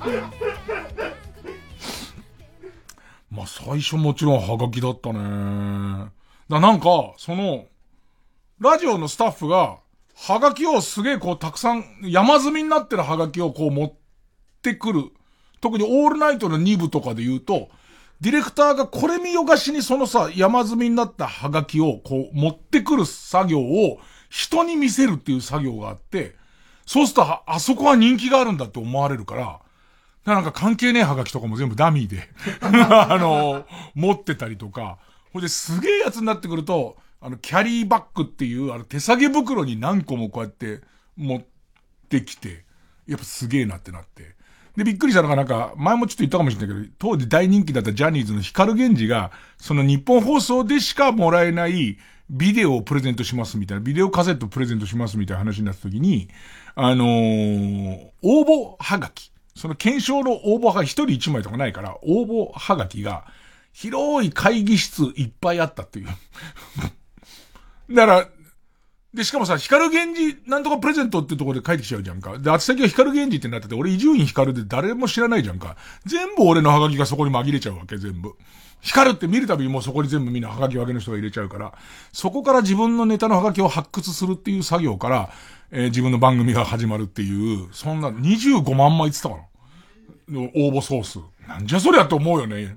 [SPEAKER 1] まあ最初もちろんハガキだったね。なんかラジオのスタッフがはがきをすげえたくさん山積みになってるはがきを持ってくる。特にオールナイトの2部とかで言うと、 ディレクターがこれ見よがしにそのさ、山積みになったハガキをこう持ってくる作業を人に見せるっていう作業があって、そうするとあそこは人気があるんだって思われるから、なんか関係ねえハガキとかも全部ダミーで、持ってたりとか、ほいですげえやつになってくると、キャリーバッグっていう、手提げ袋に何個もこうやって持ってきて、やっぱすげえなってなって。で、びっくりしたのがなんか、前もちょっと言ったかもしれないけど、当時大人気だったジャニーズの光源氏が、その日本放送でしかもらえないビデオをプレゼントしますみたいな、ビデオカセットプレゼントしますみたいな話になった時に、応募はがき。その検証の応募はがき一人一枚とかないから、応募はがきが、広い会議室いっぱいあったっていう。だから、で、しかもさ、光源氏なんとかプレゼントってところで書いてきちゃうじゃんか。で、あつ先は光源氏ってなってて、俺伊集院光で誰も知らないじゃんか。全部俺のハガキがそこに紛れちゃうわけ、全部。光って見るたびにもうそこに全部みんなハガキ分けの人が入れちゃうから、そこから自分のネタのハガキを発掘するっていう作業から、自分の番組が始まるっていう、そんな25万枚って言ってたかな。応募総数。なんじゃそりゃと思うよね。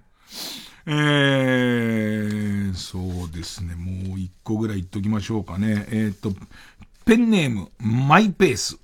[SPEAKER 1] そうですね。もう一個ぐらい言っときましょうかね。ペンネーム、マイペース。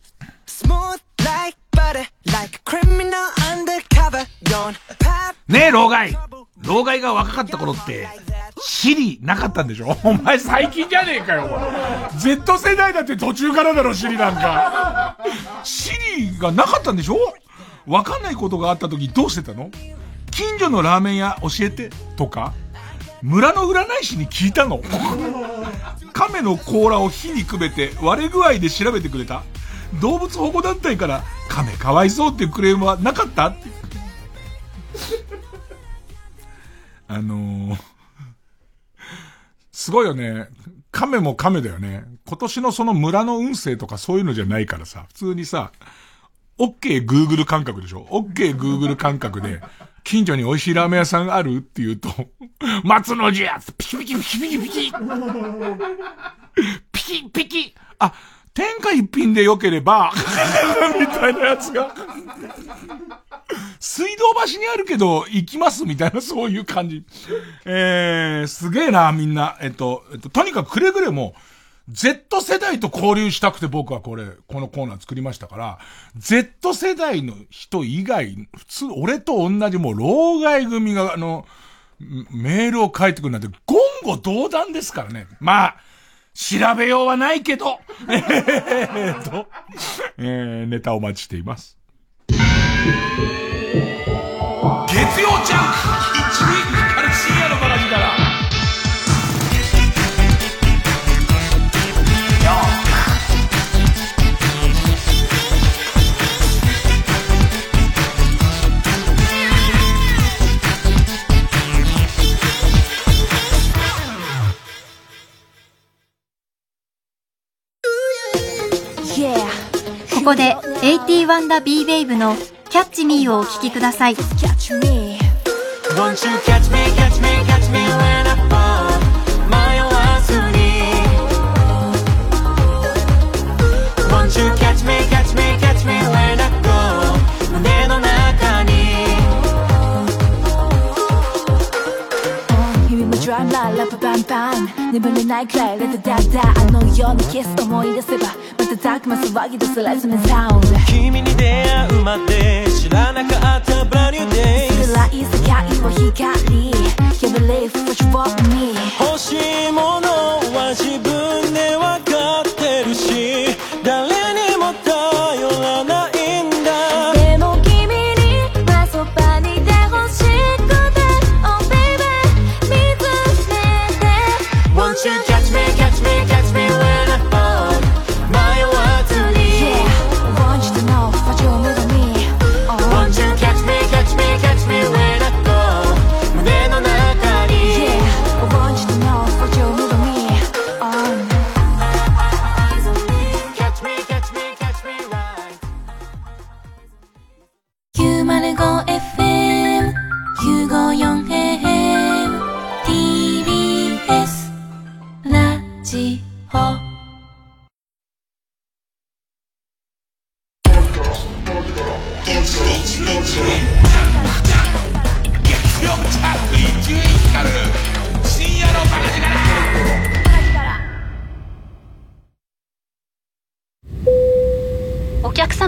[SPEAKER 1] ねえ、老害。老害が若かった頃って、シリなかったんでしょ？お前最近じゃねえかよ、お前。Z 世代だって途中からだろ、シリなんか。シリがなかったんでしょ？わかんないことがあった時どうしてたの？近所のラーメン屋教えてとか、村の占い師に聞いたの。亀の甲羅を火にくべて割れ具合で調べてくれた。動物保護団体から亀かわいそうっていうクレームはなかったって。すごいよね。亀も亀だよね。今年のその村の運勢とかそういうのじゃないからさ、普通にさ、OK Google 感覚でしょ？ OK Google 感覚で、近所に美味しいラーメン屋さんあるって言うと、松の字やピキピキピキピキピキピキピキあ、天下一品で良ければみたいなやつが水道橋にあるけど行きますみたいな、そういう感じ。すげえな、みんな。とにかくくれぐれもZ 世代と交流したくて僕はこのコーナー作りましたから、Z 世代の人以外、普通、俺と同じもう老害組がメールを書いてくるなんて言語道断ですからね。まあ、調べようはないけど、ネタお待ちしています。月曜ジャンク一味軽深夜のバラジから
[SPEAKER 3] ここで81ダ B ベイブのキャッチミーをお聴きください。
[SPEAKER 10] ラブバンバン眠れないくらいレッドダッダあのようなキス思い出せば瞬く間騒ぎ出すレズメンサウンド君に出会うまで知らなかったブランニューデイ暗い世界を光 Can't believe what you want me 欲しいものは自分で分かってるし誰にも頼らないんだでも君にはそばにいてほしくて Oh baby 見つめて Won't you catch me catch me catch me when I fall 迷わずに Yeah I want you to know what you need of me Won't you catch me catch me catch me when I fall 胸の中に Yeah I want you to know what you need of me Catch me catch me catch me right 905FM 954AM TBS ラジオ
[SPEAKER 1] 月曜ジャンク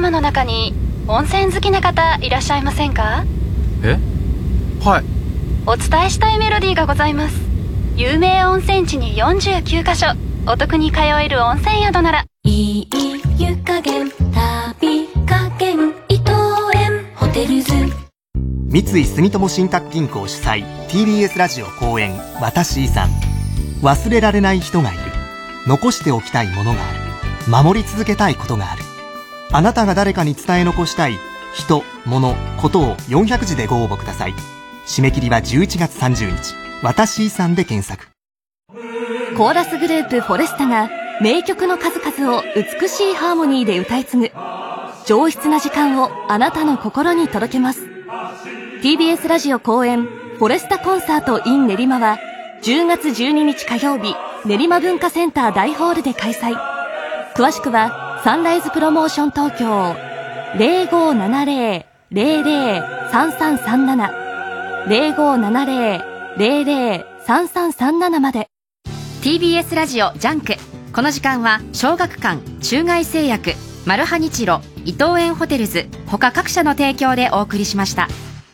[SPEAKER 11] 様の中に温泉好きな方いらっしゃいませんか？
[SPEAKER 6] え？はい。
[SPEAKER 11] お伝えしたいメロディーがございます。有名温泉地に49カ所、お得に通える温泉宿なら、いい湯加減、旅加減、伊藤園ホテルズ。
[SPEAKER 12] 三井住友信託銀行主催 TBS ラジオ公演私遺産。忘れられない人がいる。残しておきたいものがある。守り続けたいことがある。あなたが誰かに伝え残したい人、物、ことを400字でご応募ください。締め切りは11月30日。私遺産で検索。
[SPEAKER 9] コーラスグループフォレスタが名曲の数々を美しいハーモニーで歌い継ぐ上質な時間をあなたの心に届けます。 TBS ラジオ公演フォレスタコンサート in 練馬は10月12日火曜日、練馬文化センター大ホールで開催。詳しくはサンライズプロモーション東京 0570-003337 0570-003337 まで。
[SPEAKER 3] TBS ラジオジャンク。この時間は小学館、中外製薬、マルハニチロ、伊藤園ホテルズ他各社の提供でお送りしました。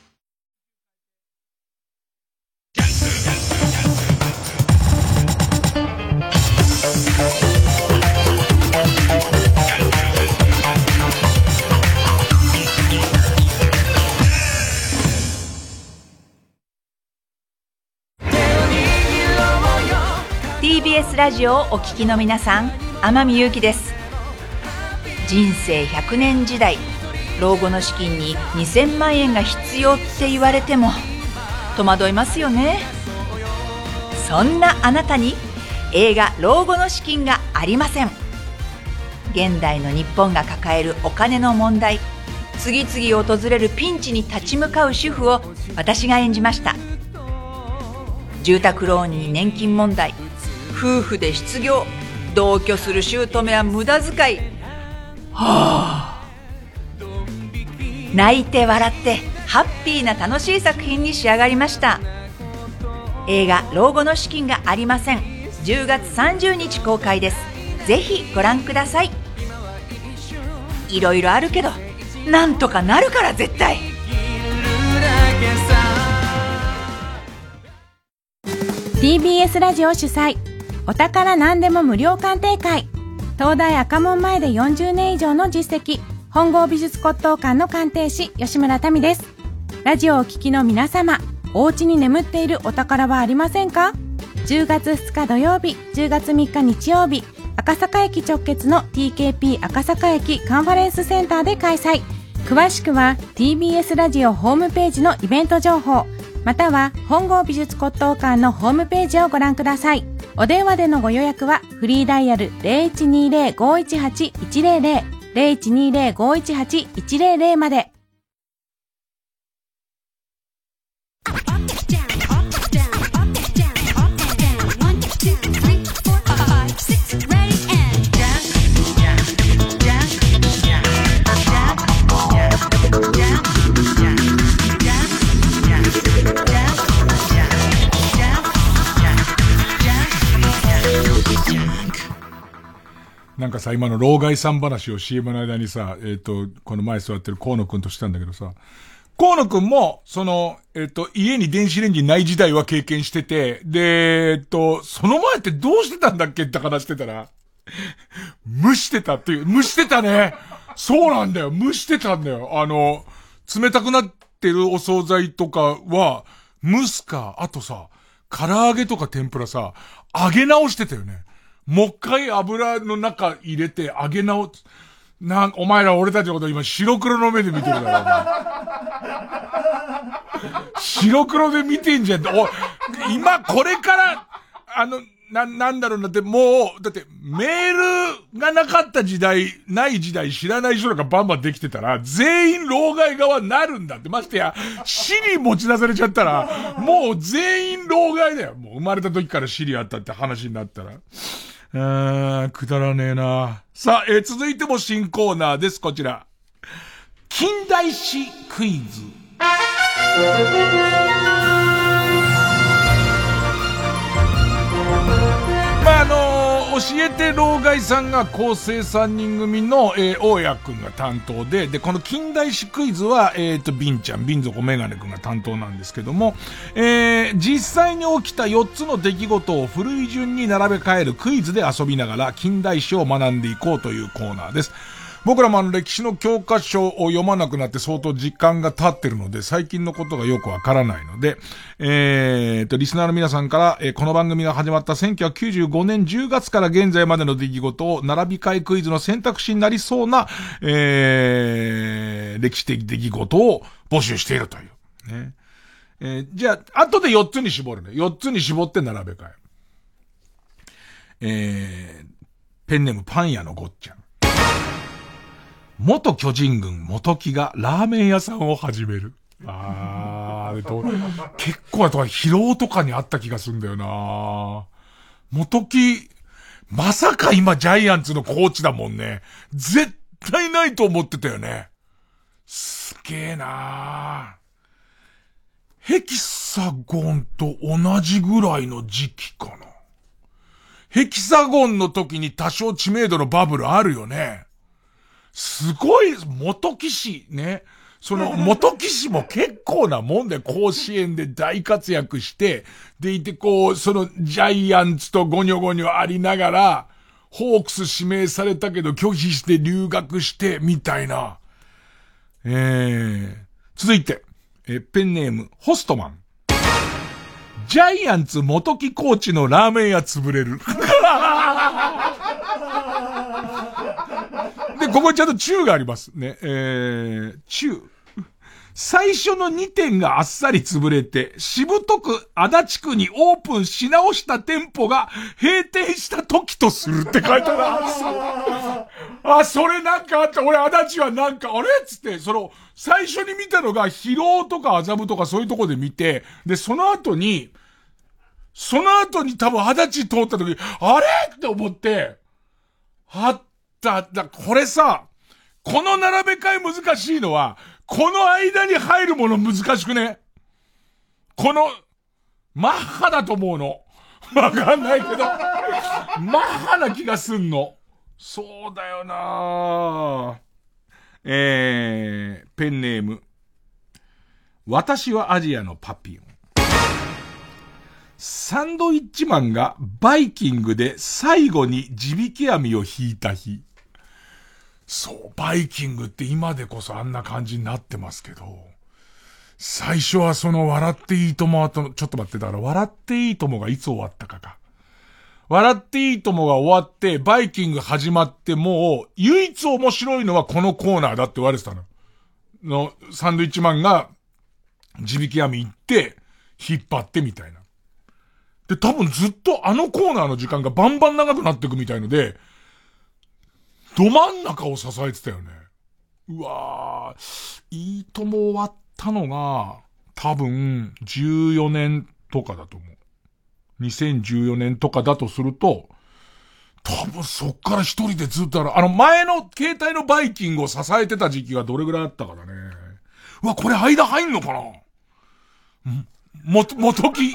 [SPEAKER 13] TBS ラジオをお聞きの皆さん、天海祐希です。人生100年時代、老後の資金に2000万円が必要って言われても戸惑いますよね。そんなあなたに映画老後の資金がありません。現代の日本が抱えるお金の問題、次々訪れるピンチに立ち向かう主婦を私が演じました。住宅ローンに年金問題、夫婦で失業、同居する姑は無駄遣い、泣いて笑ってハッピーな楽しい作品に仕上がりました。映画老後の資金がありません、10月30日公開です。ぜひご覧ください。いろいろあるけどなんとかなるから絶対。
[SPEAKER 14] TBS ラジオ主催お宝なんでも無料鑑定会。東大赤門前で40年以上の実績、本郷美術骨董館の鑑定士吉村民です。ラジオをお聞きの皆様、お家に眠っているお宝はありませんか？ 10 月2日土曜日、10月3日日曜日、赤坂駅直結の TKP 赤坂駅カンファレンスセンターで開催。詳しくは TBS ラジオホームページのイベント情報、または本郷美術骨董館のホームページをご覧ください。お電話でのご予約はフリーダイヤル 0120-518-100 0120-518-100 まで。
[SPEAKER 1] なんかさ、今の老害さん話を CM の間にさ、この前座ってる河野くんとしたんだけどさ、河野くんも、家に電子レンジない時代は経験してて、で、その前ってどうしてたんだっけって話してたら、蒸してたっていう、蒸してたね。そうなんだよ、蒸してたんだよ。冷たくなってるお惣菜とかは、蒸すか、あとさ、唐揚げとか天ぷらさ、揚げ直してたよね。もう一回油の中入れて揚げ直す。お前ら俺たちのこと今白黒の目で見てるだろ、お前。白黒で見てんじゃん。今これから、なんだろうなって、もう、だってメールがなかった時代、ない時代知らない人がバンバンできてたら、全員老害側になるんだって。ましてや、シリ持ち出されちゃったら、もう全員老害だよ。もう生まれた時からシリあったって話になったら。くだらねえな。さあ、続いても新コーナーです。こちら。近代史クイズ。おえて老害さんが構成3人組の、大家くんが担当で、で、この近代史クイズは、ビンちゃん、ビン族メガネくんが担当なんですけども、実際に起きた4つの出来事を古い順に並べ替えるクイズで遊びながら近代史を学んでいこうというコーナーです。僕らも歴史の教科書を読まなくなって相当時間が経ってるので、最近のことがよくわからないので、リスナーの皆さんから、この番組が始まった1995年10月から現在までの出来事を並び替えクイズの選択肢になりそうな、歴史的出来事を募集しているという。ね。じゃあ、後で4つに絞るね。4つに絞って並べ替え。ペンネームパン屋のごっちゃん。元巨人軍元木がラーメン屋さんを始める。結構なとか疲労とかにあった気がするんだよな。元木、まさか今ジャイアンツのコーチだもんね。絶対ないと思ってたよね。すげえな。ヘキサゴンと同じぐらいの時期かな。ヘキサゴンの時に多少知名度のバブルあるよね。すごい、元木氏ね。その元木氏も結構なもんで甲子園で大活躍して、でいてこう、そのジャイアンツとゴニョゴニョありながら、ホークス指名されたけど拒否して留学して、みたいな。続いて、ペンネーム、ホストマン。ジャイアンツ元木コーチのラーメン屋潰れる。で、ここにちゃんと中がありますね。中。最初の2店があっさり潰れて、しぶとく足立区にオープンし直した店舗が閉店した時とするって書いてある。それなんかあった。俺足立はなんか、あれつって、最初に見たのが疲労とか麻布とかそういうとこで見て、で、その後に多分足立通った時、あれって思って、これさ、この並べ替え難しいのは、この間に入るもの難しくね？この、マッハだと思うの。わかんないけど、マッハな気がすんの。そうだよなぁ。ペンネーム。私はアジアのパピオン。サンドイッチマンがバイキングで最後に地引き網を引いた日。そう、バイキングって今でこそあんな感じになってますけど、最初は笑っていいとも後、ちょっと待って、だから笑っていいともがいつ終わったかか。笑っていいともが終わって、バイキング始まってもう、唯一面白いのはこのコーナーだって言われてたの。サンドイッチマンが地引き網行って、引っ張ってみたいな。で、多分ずっとあのコーナーの時間がバンバン長くなっていくみたいので、ど真ん中を支えてたよね。うわぁ、いいとも終わったのが、多分、14年とかだと思う。2014年とかだとすると、多分そっから一人でずっと前の携帯のバイキングを支えてた時期がどれぐらいあったかだね。うわ、これ間入んのかな？元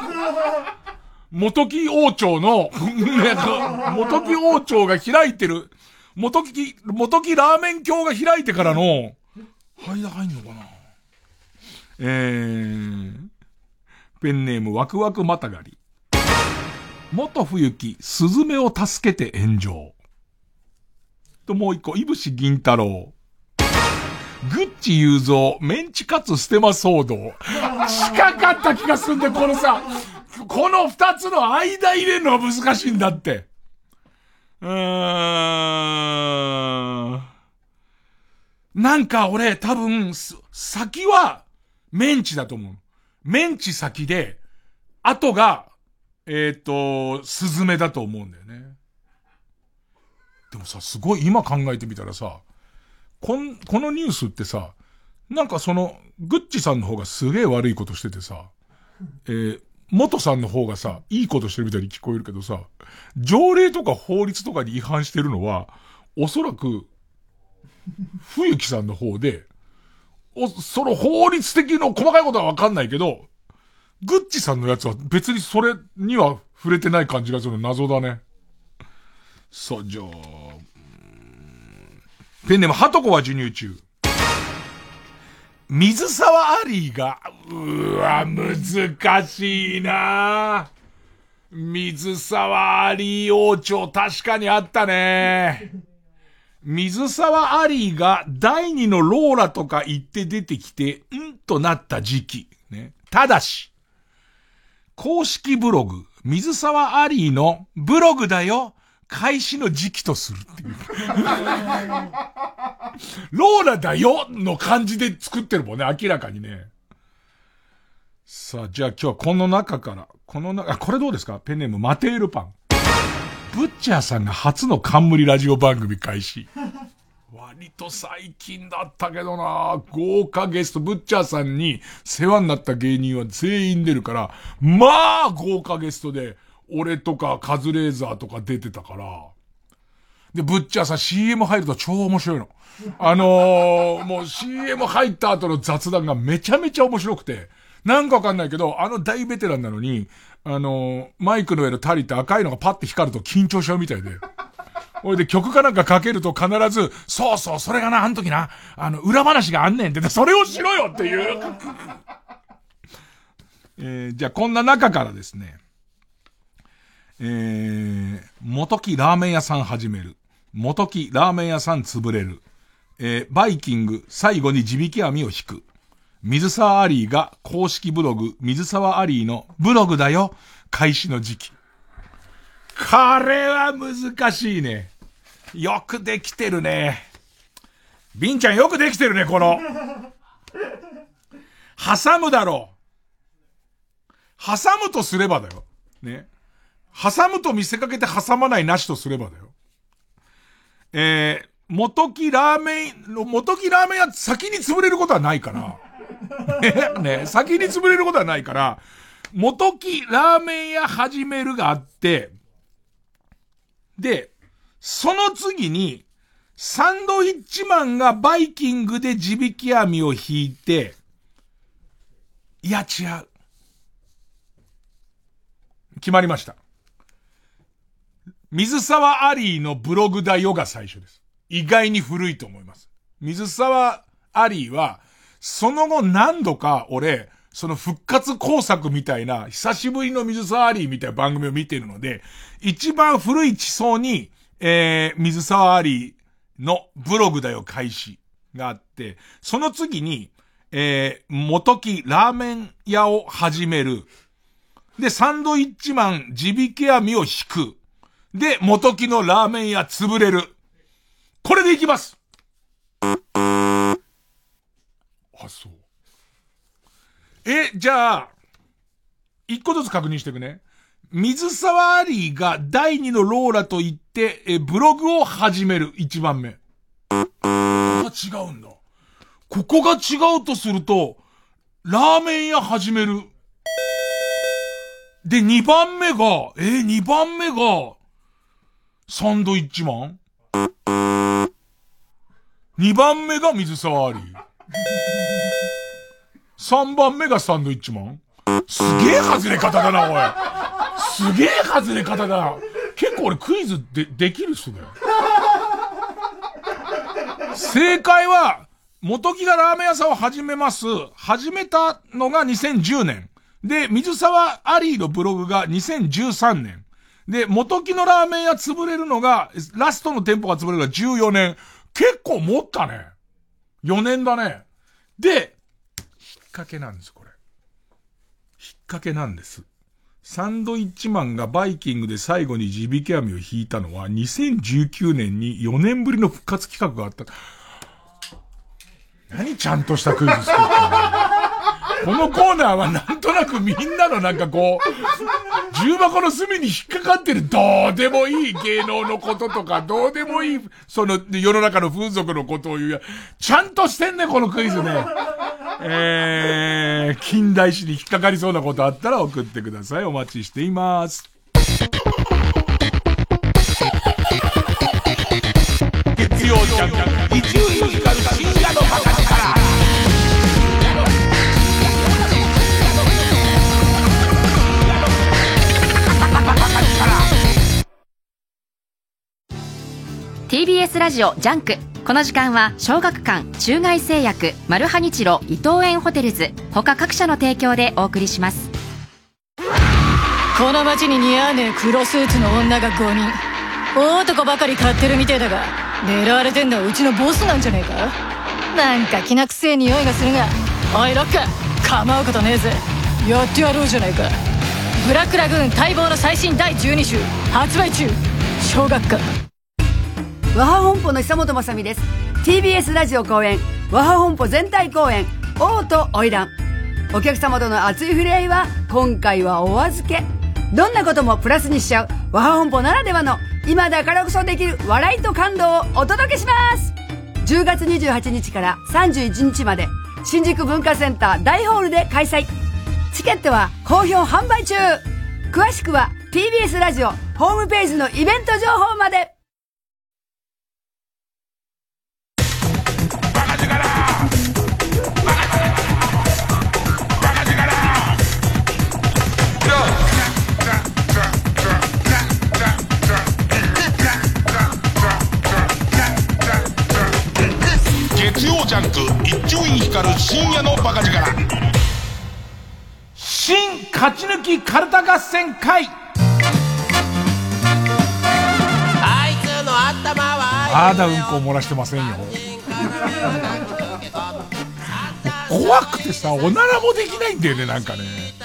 [SPEAKER 1] 木王朝の、元木王朝が開いてる、元木ラーメン卿が開いてからの、間入んのかな？ペンネームワクワクまたがり。元冬木、スズメを助けて炎上。ともう一個、いぶし銀太郎。グッチ雄三、メンチカツステマ騒動。近かった気がするんで、この二つの間入れるのは難しいんだって。なんか俺多分、先はメンチだと思う。メンチ先で、後が、スズメだと思うんだよね。でもさ、すごい今考えてみたらさ、このニュースってさ、なんかグッチさんの方がすげえ悪いことしててさ、元さんの方がさ、いいことしてるみたいに聞こえるけどさ、条例とか法律とかに違反してるのは、おそらく、冬木さんの方で、その法律的の細かいことはわかんないけど、グッチさんのやつは別にそれには触れてない感じがするの謎だね。 訴状。ペンネームハトコは授乳中。水沢アリーが、難しいなぁ。水沢アリー王朝確かにあったね。水沢アリーが第二のローラとか言って出てきて、となった時期。ね。ただし、公式ブログ、水沢アリーのブログだよ。開始の時期とするっていう。ローラだよの感じで作ってるもんね、明らかにね。さあ、じゃあ今日はこの中から、これどうですか？ペンネームマテールパン。ブッチャーさんが初の冠ラジオ番組開始。割と最近だったけどな、豪華ゲスト、ブッチャーさんに世話になった芸人は全員出るから、まあ豪華ゲストで、俺とかカズレーザーとか出てたから。で、ブッチャーさん CM 入ると超面白いの。もう CM 入った後の雑談がめちゃめちゃ面白くて、なんかわかんないけど、大ベテランなのに、マイクの上のタリって赤いのがパッて光ると緊張しちゃうみたいで。おいで曲かなんかかけると必ず、そうそう、それがな、あの時な、裏話があんねんって、それをしろよっていう。じゃあこんな中からですね、元木ラーメン屋さん始める。元木ラーメン屋さん潰れる。バイキング最後に地引き網を引く。水沢アリーが公式ブログ、水沢アリーのブログだよ。開始の時期。これは難しいね。よくできてるね。ビンちゃんよくできてるね、この。挟むだろう。挟むとすればだよ。ね。挟むと見せかけて挟まないなしとすればだよ。元木ラーメン屋先に潰れることはないから。ね、先に潰れることはないから、元木ラーメン屋始めるがあって、で、その次に、サンドイッチマンがバイキングで地引き網を引いて、いや違う。決まりました。水沢アリーのブログだよが最初です。意外に古いと思います。水沢アリーは、その後何度か俺、その復活工作みたいな、久しぶりの水沢アリーみたいな番組を見てるので、一番古い地層に、水沢アリーのブログだよ開始があって、その次に、元木ラーメン屋を始める。で、サンドイッチマン地引き網を引く。で、元木のラーメン屋潰れる。これでいきます。あ、そう。じゃあ、一個ずつ確認していくね。水沢アリーが第二のローラと言って、ブログを始める。一番目。ここが違うんだ。ここが違うとすると、ラーメン屋始める。で、二番目が、サンドイッチマン？ 2 番目が水沢アリー。3番目がサンドイッチマン？すげえ外れ方だな、おい。すげえ外れ方だな。結構俺クイズできる人だよ。正解は、元木がラーメン屋さんを始めます。始めたのが2010年。で、水沢アリーのブログが2013年。で、元木のラーメン屋潰れるのが、ラストの店舗が潰れるのが14年。結構持ったね。4年だね。で、引っ掛けなんです、これ。引っ掛けなんです。サンドイッチマンがバイキングで最後に地引き網を引いたのは2019年に4年ぶりの復活企画があった。何ちゃんとしたクイズ作ったの？このコーナーはなんとなくみんなのなんかこう、重箱の隅に引っかかってるどうでもいい芸能のこととか、どうでもいい、その世の中の風俗のことを言う。ちゃんとしてんね、このクイズね。近代史に引っかかりそうなことあったら送ってください。お待ちしています。月曜ジャンク、伊集院光る深夜のバカ力。
[SPEAKER 3] TBS ラジオジャンク。この時間は小学館、中外製薬、マルハニチロ、伊東園ホテルズ他各社の提供でお送りします。
[SPEAKER 15] この街に似合わねえ黒スーツの女が5人、大男ばかり買ってるみてえだが、狙われてんのはうちのボスなんじゃねえか。なんかきな臭え匂いがするが、おいロック、構うことねえぜ。やってやろうじゃないか。ブラックラグーン待望の最新第12集発売中。小学館。
[SPEAKER 16] 和ハ本舗の久本雅美です。 TBS ラジオ公演和ハ本舗全体公演王と花魁。お客様との熱い触れ合いは今回はお預け。どんなこともプラスにしちゃう和ハ本舗ならではの今だからこそできる笑いと感動をお届けします。10月28日から31日まで新宿文化センター大ホールで開催。チケットは好評販売中。詳しくは TBS ラジオホームページのイベント情報まで。
[SPEAKER 1] 月曜ジャンク一丁院光る深夜のバカ力。新勝ち抜きカルタ合戦会。
[SPEAKER 17] あいつの頭は
[SPEAKER 1] あだうんこを漏らしてませんよ。怖くてさ、おならもできないんだよね、なんかね。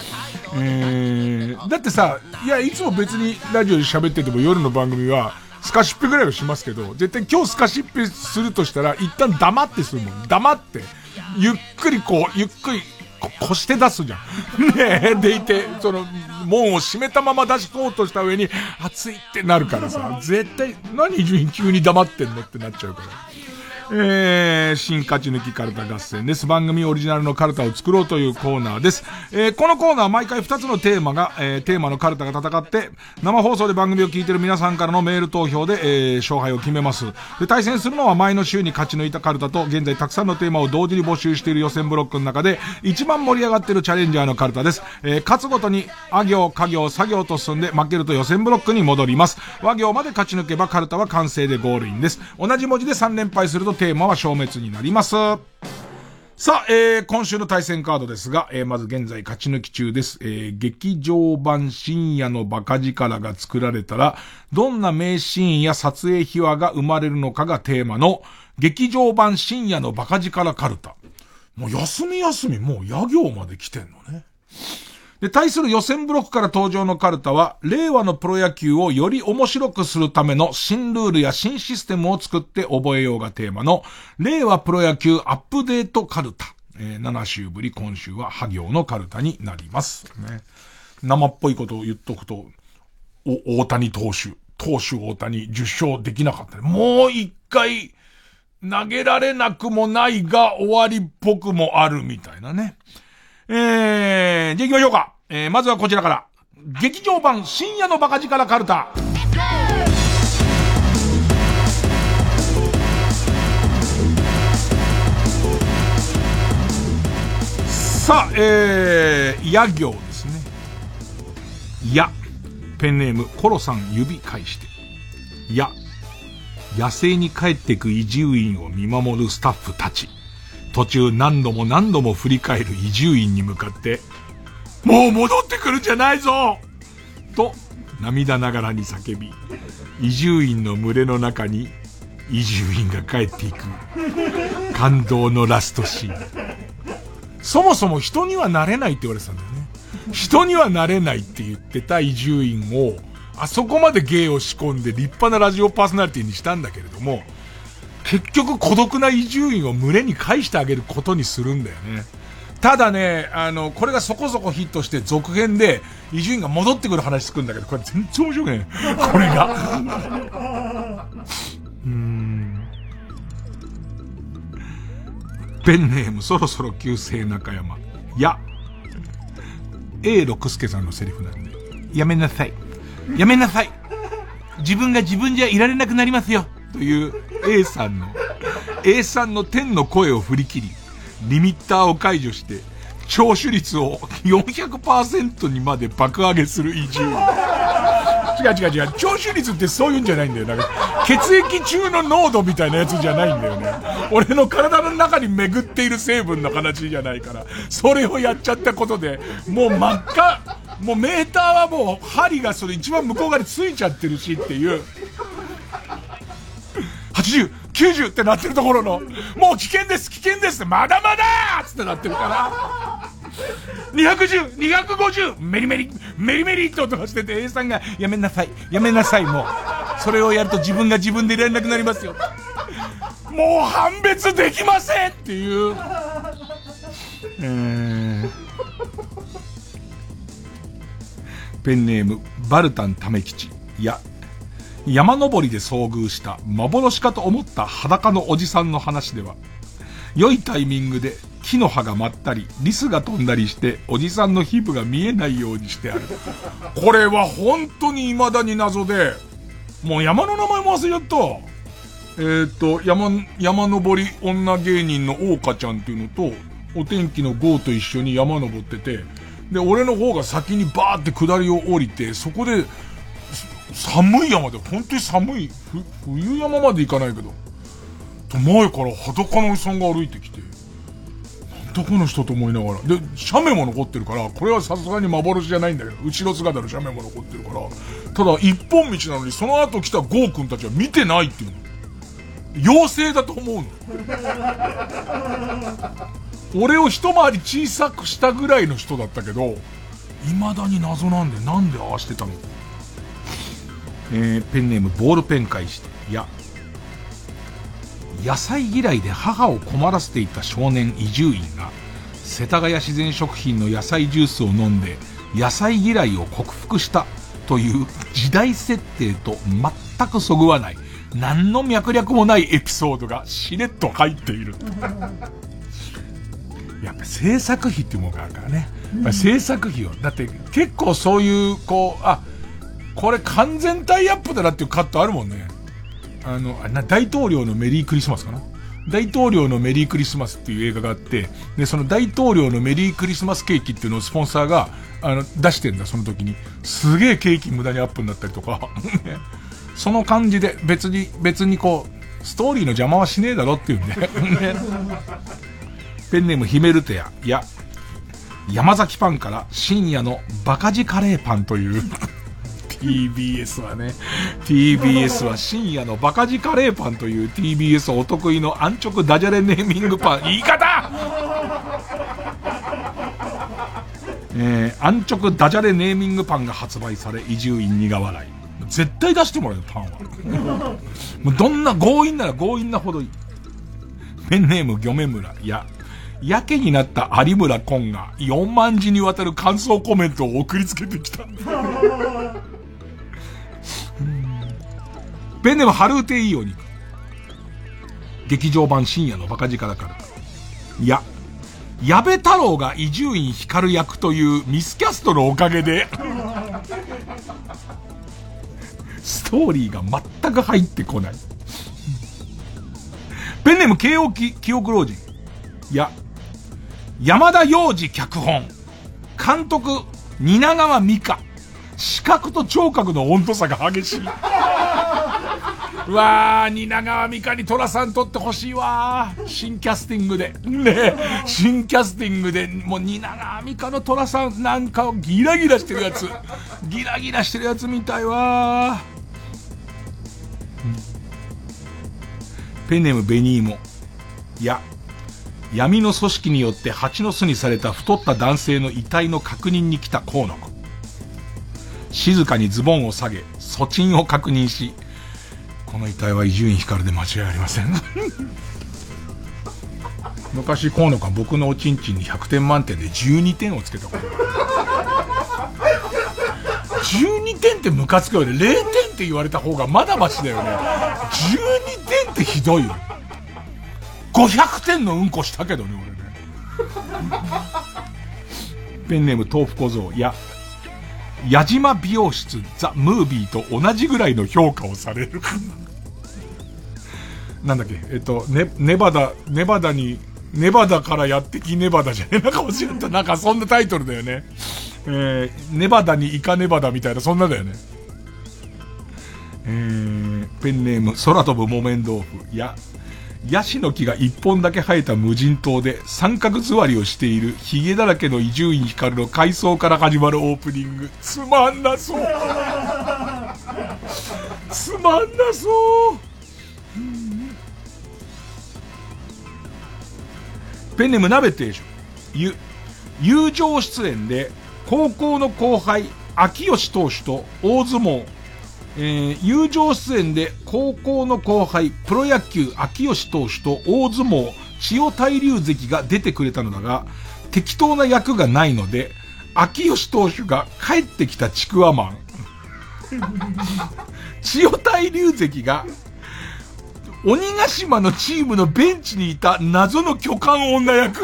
[SPEAKER 1] だってさ、いや、いつも別にラジオで喋ってても夜の番組はスカシッペぐらいはしますけど、絶対今日スカシッペするとしたら一旦黙ってするもん。黙ってゆっくりこして出すじゃん。ねえ、でいて、その、門を閉めたまま出しこうとした上に、熱いってなるからさ、絶対、何急に黙ってんのってなっちゃうから。新勝ち抜きカルタ合戦です。番組オリジナルのカルタを作ろうというコーナーです。このコーナーは毎回2つのテーマのカルタが戦って、生放送で番組を聞いている皆さんからのメール投票で、勝敗を決めます。で、対戦するのは前の週に勝ち抜いたカルタと、現在たくさんのテーマを同時に募集している予選ブロックの中で、一番盛り上がっているチャレンジャーのカルタです。勝つごとに、あ行、か行、作業と進んで、負けると予選ブロックに戻ります。和行まで勝ち抜けばカルタは完成でゴールインです。同じ文字で3連敗するとテーマは消滅になります。さあ、今週の対戦カードですが、まず現在勝ち抜き中です。劇場版深夜のバカ力が作られたら、どんな名シーンや撮影秘話が生まれるのかがテーマの、劇場版深夜のバカ力カルタ。もう休みもう野行まで来てんのね。で、対する予選ブロックから登場のカルタは、令和のプロ野球をより面白くするための新ルールや新システムを作って覚えようがテーマの、令和プロ野球アップデートカルタ。7週ぶり、今週は破行のカルタになります。ね、生っぽいことを言っとくと、大谷投手大谷10勝できなかった、ね。もう一回、投げられなくもないが終わりっぽくもあるみたいなね。じゃあ行きましょうか。まずはこちらから。劇場版深夜のバカ力カルタ。さあ、野行ですね。ペンネーム、コロさん指返して。野生に帰ってく移住員を見守るスタッフたち。途中何度も振り返る移住員に向かって、もう戻ってくるんじゃないぞと涙ながらに叫び、移住員の群れの中に移住員が帰っていく感動のラストシーン。そもそも人にはなれないって言われてたんだよね。人にはなれないって言ってた移住員をあそこまで芸を仕込んで立派なラジオパーソナリティにしたんだけれども、結局孤独な移住員を群れに返してあげることにするんだよね。ただね、これがそこそこヒットして続編で移住員が戻ってくる話作るんだけど、これ全然面白くない。これが。ペンネームそろそろ旧姓中山。A 六助さんのセリフなんで。やめなさい。自分が自分じゃいられなくなりますよ。という A さんの天の声を振り切り、リミッターを解除して、聴取率を 400% にまで爆上げする移住。 違う。聴取率ってそういうんじゃないんだよ。なんか、血液中の濃度みたいなやつじゃないんだよね。俺の体の中に巡っている成分の話じゃないから、それをやっちゃったことで、もう真っ赤、もうメーターはもう針がそれ一番向こう側についちゃってるしっていう。80、90ってなってるところの、もう危険ですまだまだーつってなってるから、210、250、メリメリって音がしてて、A さんが、やめなさい、もう。それをやると自分が自分でいられなくなりますよ。もう判別できませんっていう。ペンネーム、バルタンタメ吉。山登りで遭遇した幻かと思った裸のおじさんの話では、良いタイミングで木の葉が舞ったり、リスが飛んだりして、おじさんの皮膚が見えないようにしてある。これは本当に未だに謎で、もう山の名前も忘れちゃった。山登り女芸人の大花ちゃんっていうのと、お天気のゴーと一緒に山登ってて、で、俺の方が先にバーって下りを降りて、そこで、寒い山で、本当に寒い、冬山まで行かないけど、前から裸のおじさんが歩いてきて、なんだこの人と思いながら、で、斜面も残ってるから、これはさすがに幻じゃないんだけど、後ろ姿の斜面も残ってるから、ただ一本道なのに、その後来たゴーくんたちは見てないっていうの。妖精だと思うの。俺を一回り小さくしたぐらいの人だったけど、未だに謎なんで、なんでああしてたの。ペンネームボールペン返して、野菜嫌いで母を困らせていた少年伊集院が世田谷自然食品の野菜ジュースを飲んで野菜嫌いを克服したという時代設定と全くそぐわない何の脈略もないエピソードがしれっと入っている。やっぱ制作費っていうものがあるからね。制作費をだって結構そういうこれ完全タイアップだなっていうカットあるもんね。大統領のメリークリスマスかな。大統領のメリークリスマスっていう映画があって、で、その大統領のメリークリスマスケーキっていうのをスポンサーが、出してんだ、その時に。すげえケーキ無駄にアップになったりとか。その感じで、別にこう、ストーリーの邪魔はしねえだろっていうんで。ペンネームヒメルテヤ。山崎パンから深夜のバカジカレーパンという。TBS は深夜のバカジカレーパンという TBS お得意の安直ダジャレネーミングパン、言い方安直ダジャレネーミングパンが発売され、伊集院苦笑い。絶対出してもらうよ、パンは。もうどんな強引なら強引なほどいい。ペンネームギョメムラ。やけになった有村昆が4万字にわたる感想コメントを送りつけてきた。ペンネームハルーテイオニク。劇場版深夜のバカ力から。矢部太郎が伊集院光役というミスキャストのおかげでストーリーが全く入ってこない。ペンネーム慶応記憶老人。山田洋次脚本。監督蜷川美香。視覚と聴覚の温度差が激しい。うわー、蜷川美香に寅さん撮ってほしいわー。新キャスティングで。ね、新キャスティングで、もう蜷川美香の寅さんなんかをギラギラしてるやつみたいわー。ペンネームベニーモ。闇の組織によって蜂の巣にされた太った男性の遺体の確認に来た河野くん。静かにズボンを下げ、粗沈を確認し、この遺体は伊集院光で間違いありません。昔河野くん僕のおちんちんに100点満点で12点をつけたこと。12点ってムカつくよね。0点って言われた方がまだマシだよね。12点ってひどいよ。500点のうんこしたけどね、俺ね。ペンネーム豆腐小僧。矢島美容室ザ・ムービーと同じぐらいの評価をされる。なんだっけ、ネバダからやってきネバダじゃねえ、なんか教えた、なんかそんなタイトルだよね。ネバダにイカネバダみたいな、そんなだよね。 ペンネーム空飛ぶ木綿豆腐。ヤシの木が一本だけ生えた無人島で三角座りをしているヒゲだらけの伊集院光の回想から始まるオープニング。つまんなそうつまんなそう。ペンネーム鍋亭主。友情出演で高校の後輩秋吉投手と大相撲、友情出演で高校の後輩プロ野球秋吉投手と大相撲千代大龍関が出てくれたのだが、適当な役がないので秋吉投手が帰ってきたちくわマン千代大龍関が鬼ヶ島のチームのベンチにいた謎の巨漢女役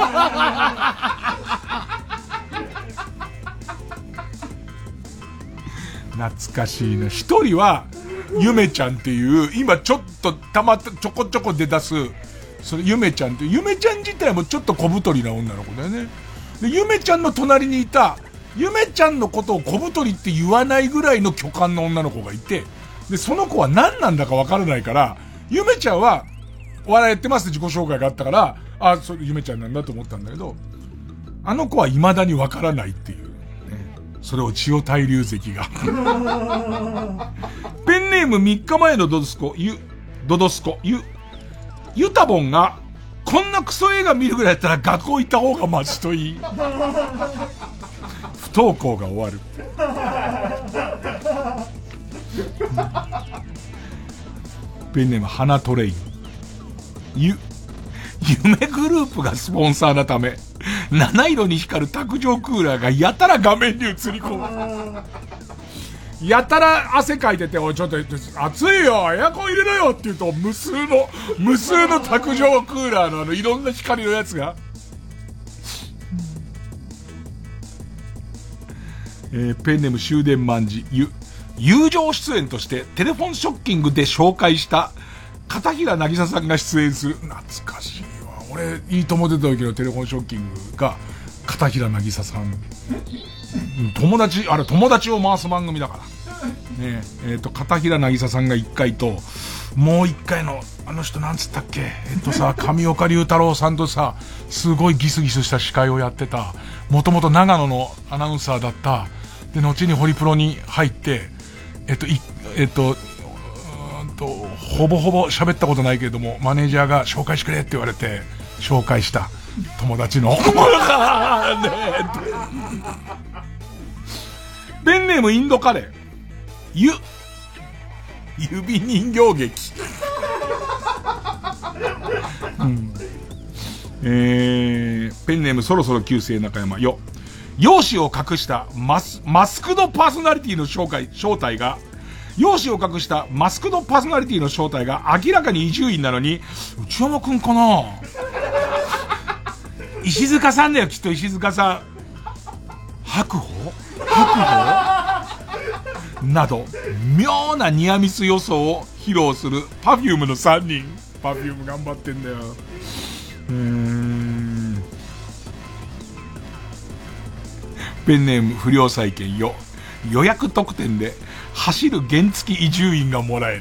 [SPEAKER 1] 懐かしいな。一人はゆめちゃんっていう今ちょっとちょこちょこ出だすそれゆめちゃんって、ゆめちゃん自体もちょっと小太りな女の子だよね。でゆめちゃんの隣にいたゆめちゃんのことを小太りって言わないぐらいの巨漢の女の子がいて、でその子は何なんだかわからないから、ゆめちゃんはお笑いやってますって自己紹介があったから、あ、それゆめちゃんなんだと思ったんだけど、あの子は未だにわからないっていう、ね、それを千代大龍関がペンネーム3日前のドドスコゆたぼんがこんなクソ映画見るぐらいやったら学校行った方がマシといい不登校が終わるペンネーム花トレイン。夢グループがスポンサーなため七色に光る卓上クーラーがやたら画面に映り込む。やたら汗かいてて、おいちょっと暑いよエアコン入れろよって言うと無数の卓上クーラーのいろんな光のやつが、ペンネーム終電万事。友情出演としてテレフォンショッキングで紹介した片平なぎささんが出演する。懐かしいわ。俺いいとも出た時のテレフォンショッキングが片平なぎささん、友達を回す番組だからね。片平なぎささんが1回と、もう1回のあの人なんつったっけ、上岡龍太郎さんとさ、すごいギスギスした司会をやってた、もともと長野のアナウンサーだった。で後にホリプロに入って、ほぼほぼ喋ったことないけれども、マネージャーが紹介してくれって言われて紹介した友達のペンネームインドカレー。指人形劇ペンネームそろそろ旧姓中山。容姿を隠したマスクドパーソナリティの正体が、容姿を隠したマスクドパーソナリティの正体が明らかに伊集院なのに、内山くんかな石塚さんだよ、きっと石塚さん。白鵬など、妙なニアミス予想を披露するパフュームの3人。パフューム頑張ってんだよ。ペンネーム不良債権。予約特典で走る原付伊集院がもらえる。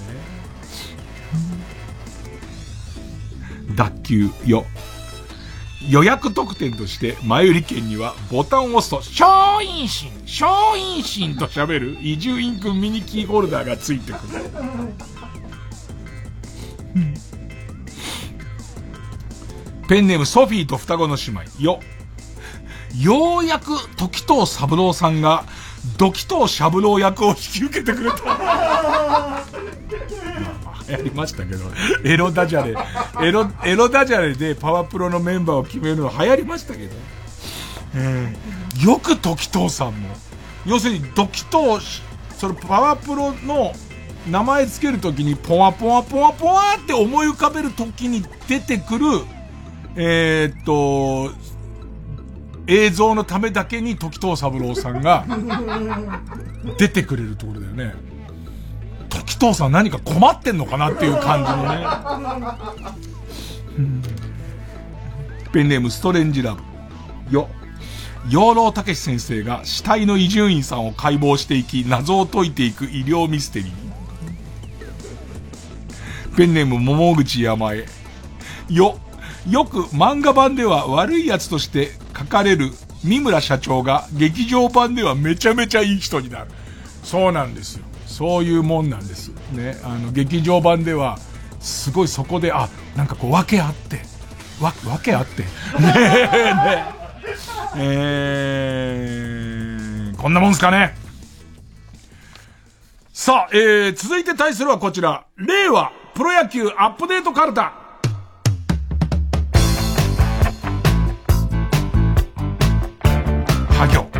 [SPEAKER 1] 脱臼。予約特典として前売り券にはボタンを押すと松陰神と喋る伊集院くんミニキーホルダーがついてくる。ペンネームソフィーと双子の姉妹。ようやく時藤三郎さんがドキ藤三郎役を引き受けてくれた。やりましたけど、エロダジャレでパワプロのメンバーを決めるの流行りましたけど、よく時藤さんも、要するに時藤、そのパワプロの名前つけるときにポワポワポワポワって思い浮かべるときに出てくる映像のためだけに時藤三郎さんが出てくれるってことだよね。時藤さん何か困ってんのかなっていう感じのね。ペンネームストレンジラブ。養老孟司先生が死体の伊集院さんを解剖していき謎を解いていく医療ミステリー。 ペンネーム桃口山江。よく漫画版では悪いやつとして書かれる三村社長が劇場版ではめちゃめちゃいい人になる。そうなんですよ。そういうもんなんです。ね。劇場版では、すごいそこで、なんかこう、訳あって。訳あって。こんなもんすかね。さあ、続いて対するはこちら。令和プロ野球アップデートカルタ。は行。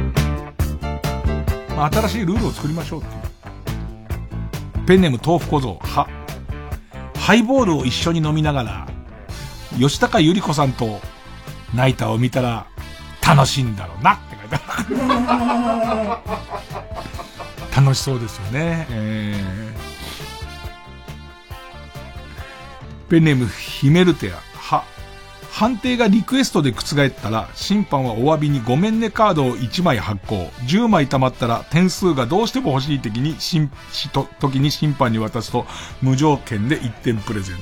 [SPEAKER 1] 新しいルールを作りましょうっていう。ペンネーム豆腐小僧。ハイボールを一緒に飲みながら、吉高由里子さんとナイターを見たら楽しいんだろうなって書いてある。楽しそうですよね。ペンネームヒメルテア。判定がリクエストで覆ったら、審判はお詫びにごめんねカードを1枚発行。10枚貯まったら、点数がどうしても欲しい時に審判に渡すと、無条件で1点プレゼント。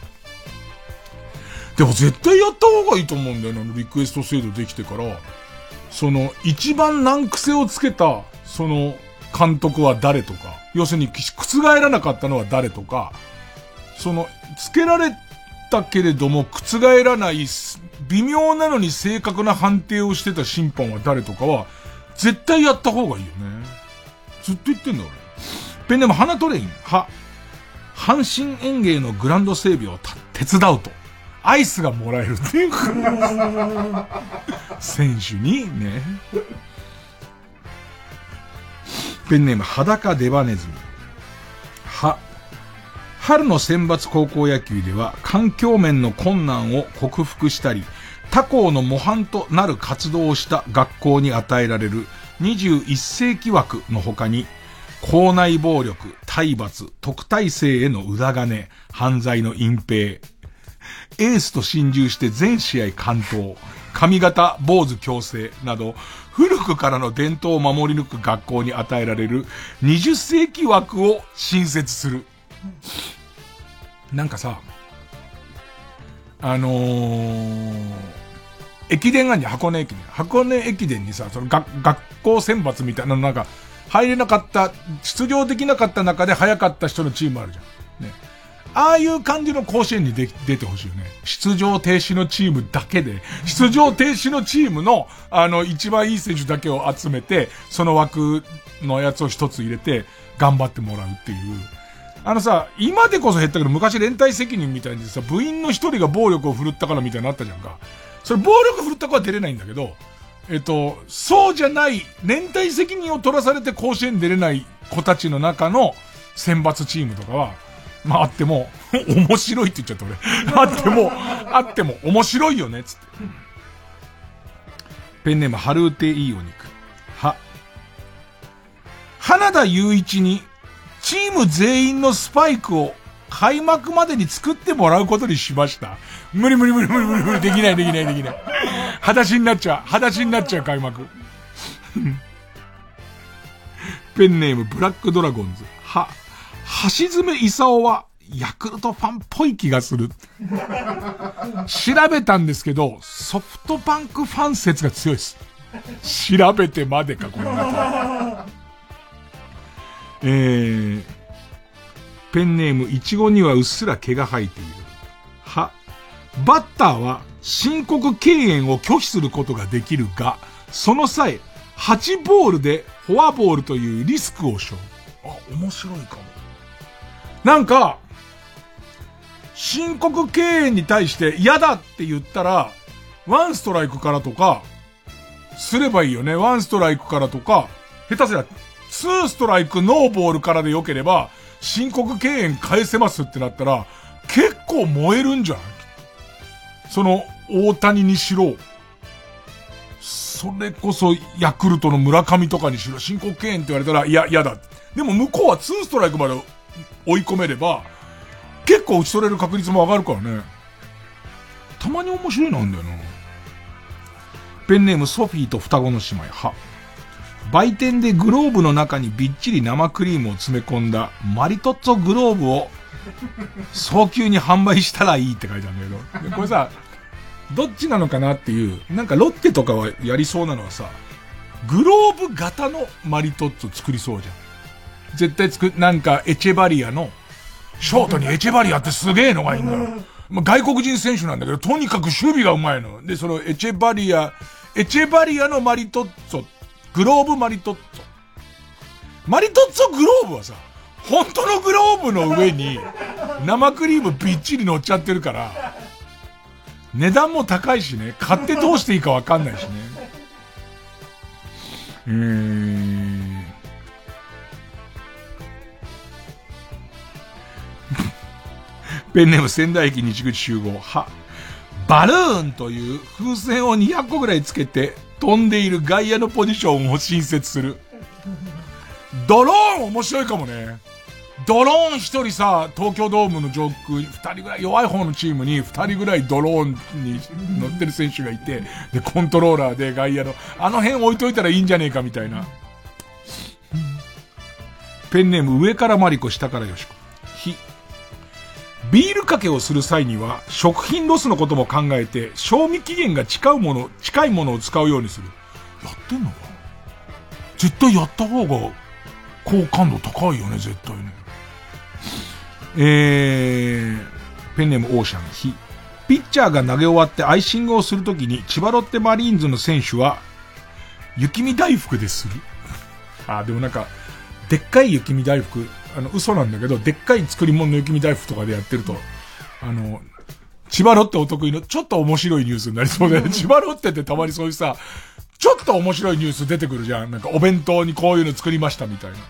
[SPEAKER 1] でも絶対やった方がいいと思うんだよね、リクエスト制度できてから。一番難癖をつけた、監督は誰とか、要するに覆らなかったのは誰とか、つけられだけれども覆らない微妙なのに正確な判定をしてた審判は誰とかは絶対やった方がいいよね。ずっと言ってんだ俺。ペンネーム花トレイン。阪神園芸のグランド整備を手伝うとアイスがもらえるっていう選手にね。ペンネーム裸デバネズミ。春の選抜高校野球では環境面の困難を克服したり、他校の模範となる活動をした学校に与えられる21世紀枠の他に、校内暴力、体罰、特待生への裏金、犯罪の隠蔽、エースと心中して全試合完投、髪型、坊主強制など、古くからの伝統を守り抜く学校に与えられる20世紀枠を新設する。なんかさ、駅伝が箱根駅伝にさ、学校選抜みたいなのなんか、入れなかった、出場できなかった中で早かった人のチームあるじゃん。ね。ああいう感じの甲子園に出てほしいよね。出場停止のチームだけで、出場停止のチームの、一番いい選手だけを集めて、その枠のやつを一つ入れて、頑張ってもらうっていう。今でこそ減ったけど、昔連帯責任みたいにさ、部員の一人が暴力を振るったからみたいになったじゃんか。それ暴力振るった子は出れないんだけど、そうじゃない、連帯責任を取らされて甲子園出れない子たちの中の選抜チームとかは、まああっても、面白いって言っちゃった俺。あっても面白いよね、つって。ペンネーム、ハルーテいいお肉。花田雄一に、チーム全員のスパイクを開幕までに作ってもらうことにしました。無理。できない。裸足になっちゃう開幕。ペンネームブラックドラゴンズ。橋爪功はヤクルトファンっぽい気がする。調べたんですけど、ソフトバンクファン説が強いです。調べてまでか、こんな。ペンネームイチゴにはうっすら毛が生えている。バッターは申告敬遠を拒否することができるが、その際、8ボールでフォアボールというリスクを背負う。面白いかも。なんか、申告敬遠に対して嫌だって言ったら、ワンストライクからとか、すればいいよね。ワンストライクからとか、下手すりゃ、ツーストライクノーボールからで良ければ、申告敬遠返せますってなったら、結構燃えるんじゃない？大谷にしろ、それこそヤクルトの村上とかにしろ、申告敬遠って言われたら、いや、嫌だ。でも向こうはツーストライクまで追い込めれば、結構打ち取れる確率も上がるからね。たまに面白いなんだよな。ペンネームソフィーと双子の姉妹。売店でグローブの中にびっちり生クリームを詰め込んだマリトッツォグローブを早急に販売したらいいって書いてあるんだけど。でこれさ、どっちなのかなっていう、なんかロッテとかはやりそうなのはさ、グローブ型のマリトッツォ作りそうじゃん。絶対なんかエチェバリアの、ショートにエチェバリアってすげえのがいいんだよ。まあ、外国人選手なんだけど、とにかく守備がうまいの。で、そのエチェバリアのマリトッツォ、グローブマリトッツォ。マリトッツォグローブはさ、本当のグローブの上に生クリームびっちり乗っちゃってるから、値段も高いしね、買ってどうしていいかわかんないしね。ペンネーム仙台駅西口集合。バルーンという風船を200個ぐらいつけて飛んでいる外野のポジションを新設する。ドローン面白いかもね。ドローン一人さ、東京ドームの上空に2人ぐらい、弱い方のチームに2人ぐらいドローンに乗ってる選手がいて、で、コントローラーで外野の、あの辺置いといたらいいんじゃねえかみたいな。ペンネーム上からマリコ下からよしこ。ビールかけをする際には、食品ロスのことも考えて、賞味期限が近いものを使うようにする。やってんのか？絶対やった方が、好感度高いよね、絶対ね。ペンネームオーシャン。ピッチャーが投げ終わってアイシングをするときに、千葉ロッテマリーンズの選手は、雪見大福でする。でもなんか、でっかい雪見大福、嘘なんだけど、でっかい作り物の雪見大福とかでやってると、千葉ロッテお得意のちょっと面白いニュースになりそうだよね。千葉ロッテってたまにそういうさ、ちょっと面白いニュース出てくるじゃん。なんかお弁当にこういうの作りましたみたいな。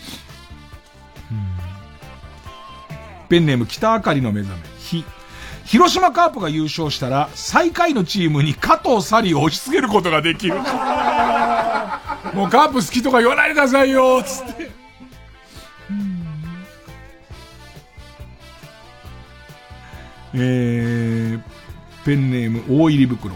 [SPEAKER 1] ペンネーム北あかりの目覚め。広島カープが優勝したら、最下位のチームに加藤サリーを押し付けることができる。もうカープ好きとか言わないでくださいよつって。ペンネーム大入り袋。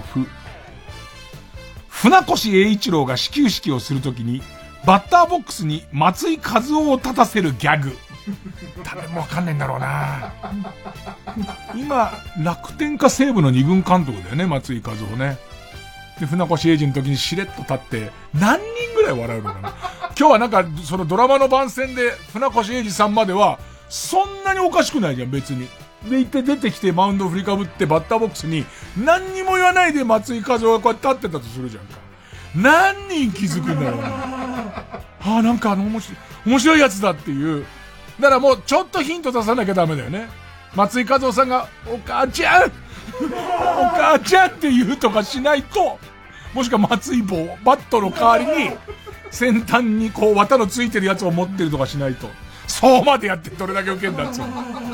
[SPEAKER 1] 船越英一郎が始球式をするときに、バッターボックスに松井和夫を立たせるギャグ。誰もわかんないんだろうな。今、楽天か西武の二軍監督だよね、松井和夫ね。で、船越英二の時にしれっと立って、何人ぐらい笑うのかな。今日はなんか、そのドラマの番宣で、船越英二さんまでは、そんなにおかしくないじゃん、別に。で、行って出てきてマウンド振りかぶってバッターボックスに、何にも言わないで松井和夫がこうやって立ってたとするじゃんか。何人気づくんだろうな。なんか面白いやつだっていう。だからもうちょっとヒント出さなきゃダメだよね。松井和夫さんが、お母ちゃんお母ちゃんって言うとかしないと、もしくは松井棒、バットの代わりに、先端にこう綿のついてるやつを持ってるとかしないと、そうまでやってどれだけウケんだっつう。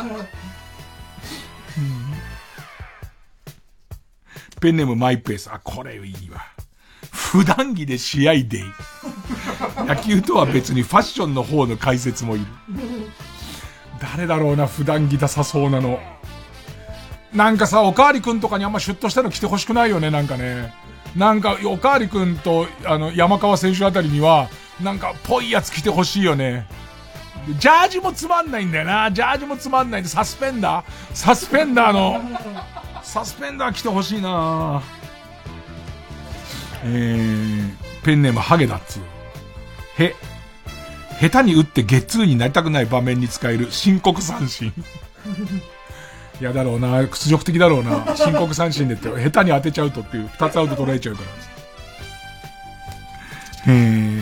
[SPEAKER 1] ペンネームマイペース。これいいわ。普段着で試合デイ。野球とは別にファッションの方の解説もいる。誰だろうな、普段着ダサそうなの。なんかさ、おかわりくんとかにあんまシュッとしたの着てほしくないよね、なんかね。なんか、おかわりくんと、山川選手あたりには、なんか、ぽいやつ着てほしいよね。ジャージもつまんないんだよな。ジャージもつまんないんで、サスペンダー着てほしいな。ペンネームハゲダッツ。下手に打ってゲッツーになりたくない場面に使える申告三振。いやだろうな、屈辱的だろうな。申告三振でって下手に当てちゃうとっていう、二つアウト取られちゃうから。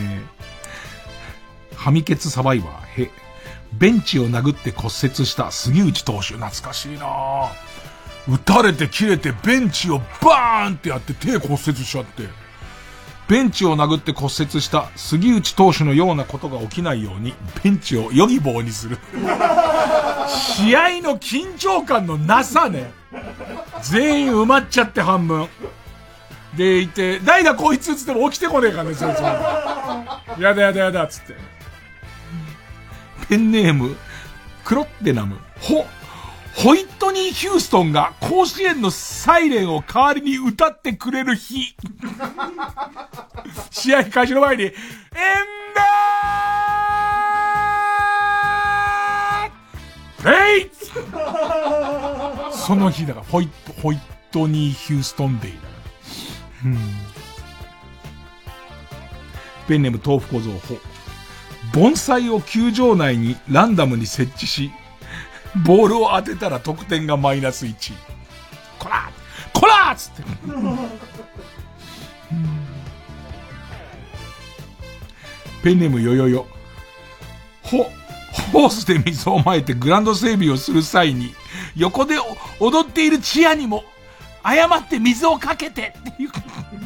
[SPEAKER 1] はみケツサバイバー。ベンチを殴って骨折した杉内投手。懐かしいな。打たれて切れてベンチをバーンってやって手骨折しちゃって。ベンチを殴って骨折した杉内投手のようなことが起きないように、ベンチをヨギボーにする。試合の緊張感のなさね。全員埋まっちゃって半分。でいて、代打こいつつっても起きてこねえからね、そいつは。やだ、つって。ペンネーム、クロッテナム。ホイットニー・ヒューストンが甲子園のサイレンを代わりに歌ってくれる日。試合開始の前に、エンダープえいその日だから、ホイットニー・ヒューストンデイだから。ペンネーム豆腐小僧ほ。盆栽を球場内にランダムに設置し、ボールを当てたら得点がマイナス1。こらーっつって。ペンネームよよよ。ホースで水をまいてグラウンド整備をする際に、横で踊っているチアにも、誤って水をかけてっていう。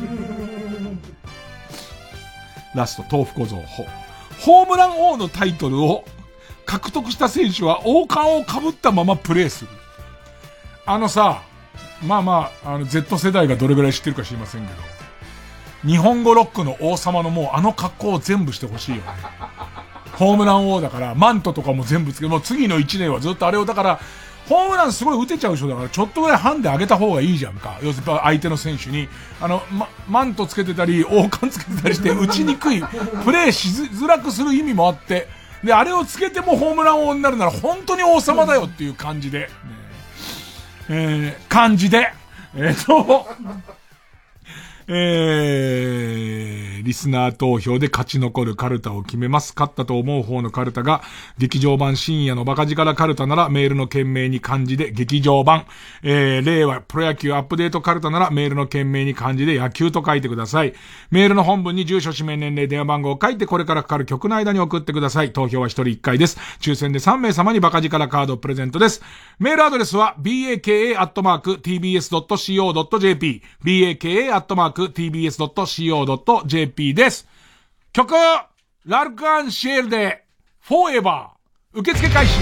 [SPEAKER 1] ラスト、豆腐小僧ホームラン王のタイトルを獲得した選手は王冠を被ったままプレーする。Z 世代がどれぐらい知ってるか知りませんけど、日本語ロックの王様のもう格好を全部してほしいよね。ホームラン王だから、マントとかも全部つけ、もう次の1年はずっとあれを、だから、ホームランすごい打てちゃう人だから、ちょっとぐらいハンデ上げた方がいいじゃんか。要するに相手の選手に、マントつけてたり、王冠つけてたりして、打ちにくい、プレーしづらくする意味もあって、で、あれをつけてもホームラン王になるなら、本当に王様だよっていう感じで、リスナー投票で勝ち残るカルタを決めます。勝ったと思う方のカルタが、劇場版深夜のバカ力カルタならメールの件名に漢字で劇場版、令和プロ野球アップデートカルタならメールの件名に漢字で野球と書いてください。メールの本文に住所、氏名、年齢、電話番号を書いてこれからかかる曲の間に送ってください。投票は1人1回です。抽選で3名様にバカ力カードプレゼントです。メールアドレスは baka@tbs.co.jp baka@tbs.co.jp です。曲、ラルクアンシェールで、フォーエバー、受付開始。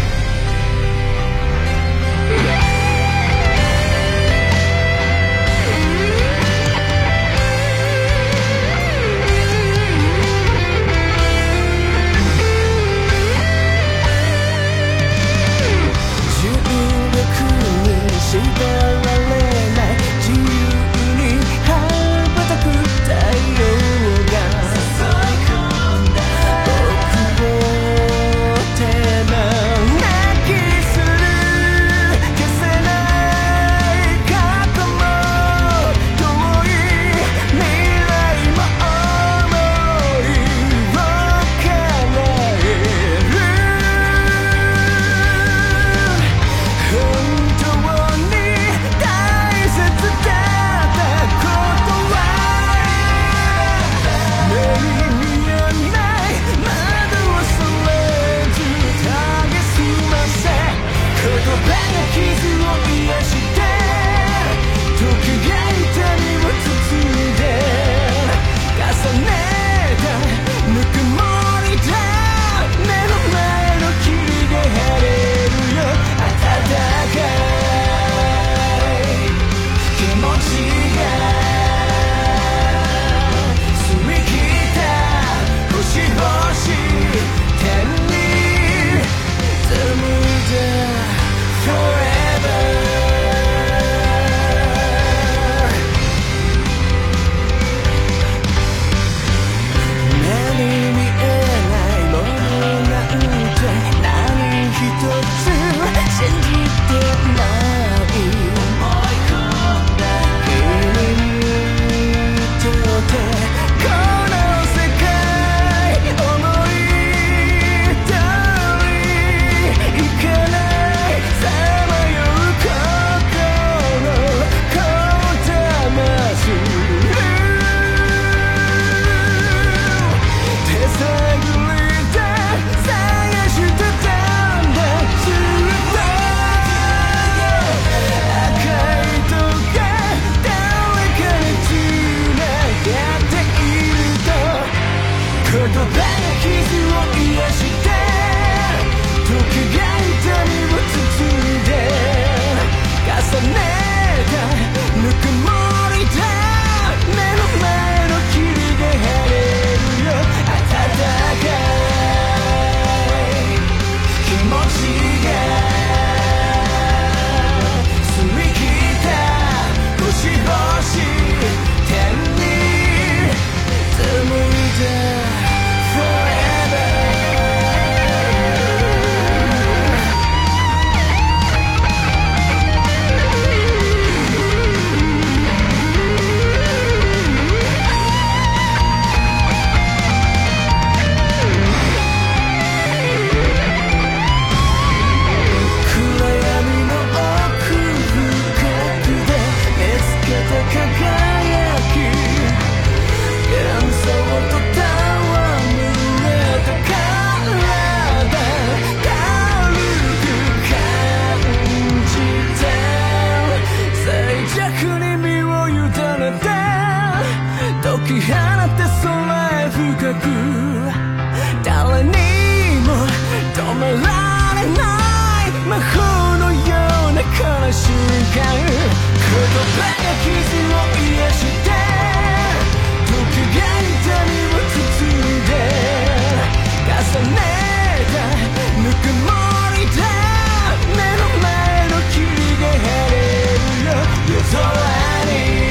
[SPEAKER 10] 空深く誰にも止められない魔法のようなこの瞬間、言葉が傷を癒して時が痛みを包んで重ねたぬくもりで目の前の霧が晴れるよ、夜空に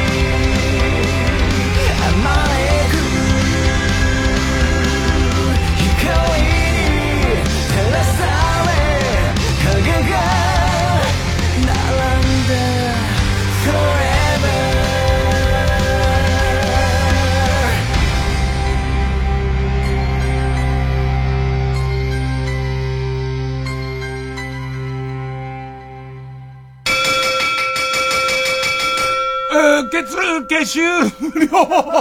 [SPEAKER 10] 甘えく光に照らされ影が並んで Forever。
[SPEAKER 1] 受付終了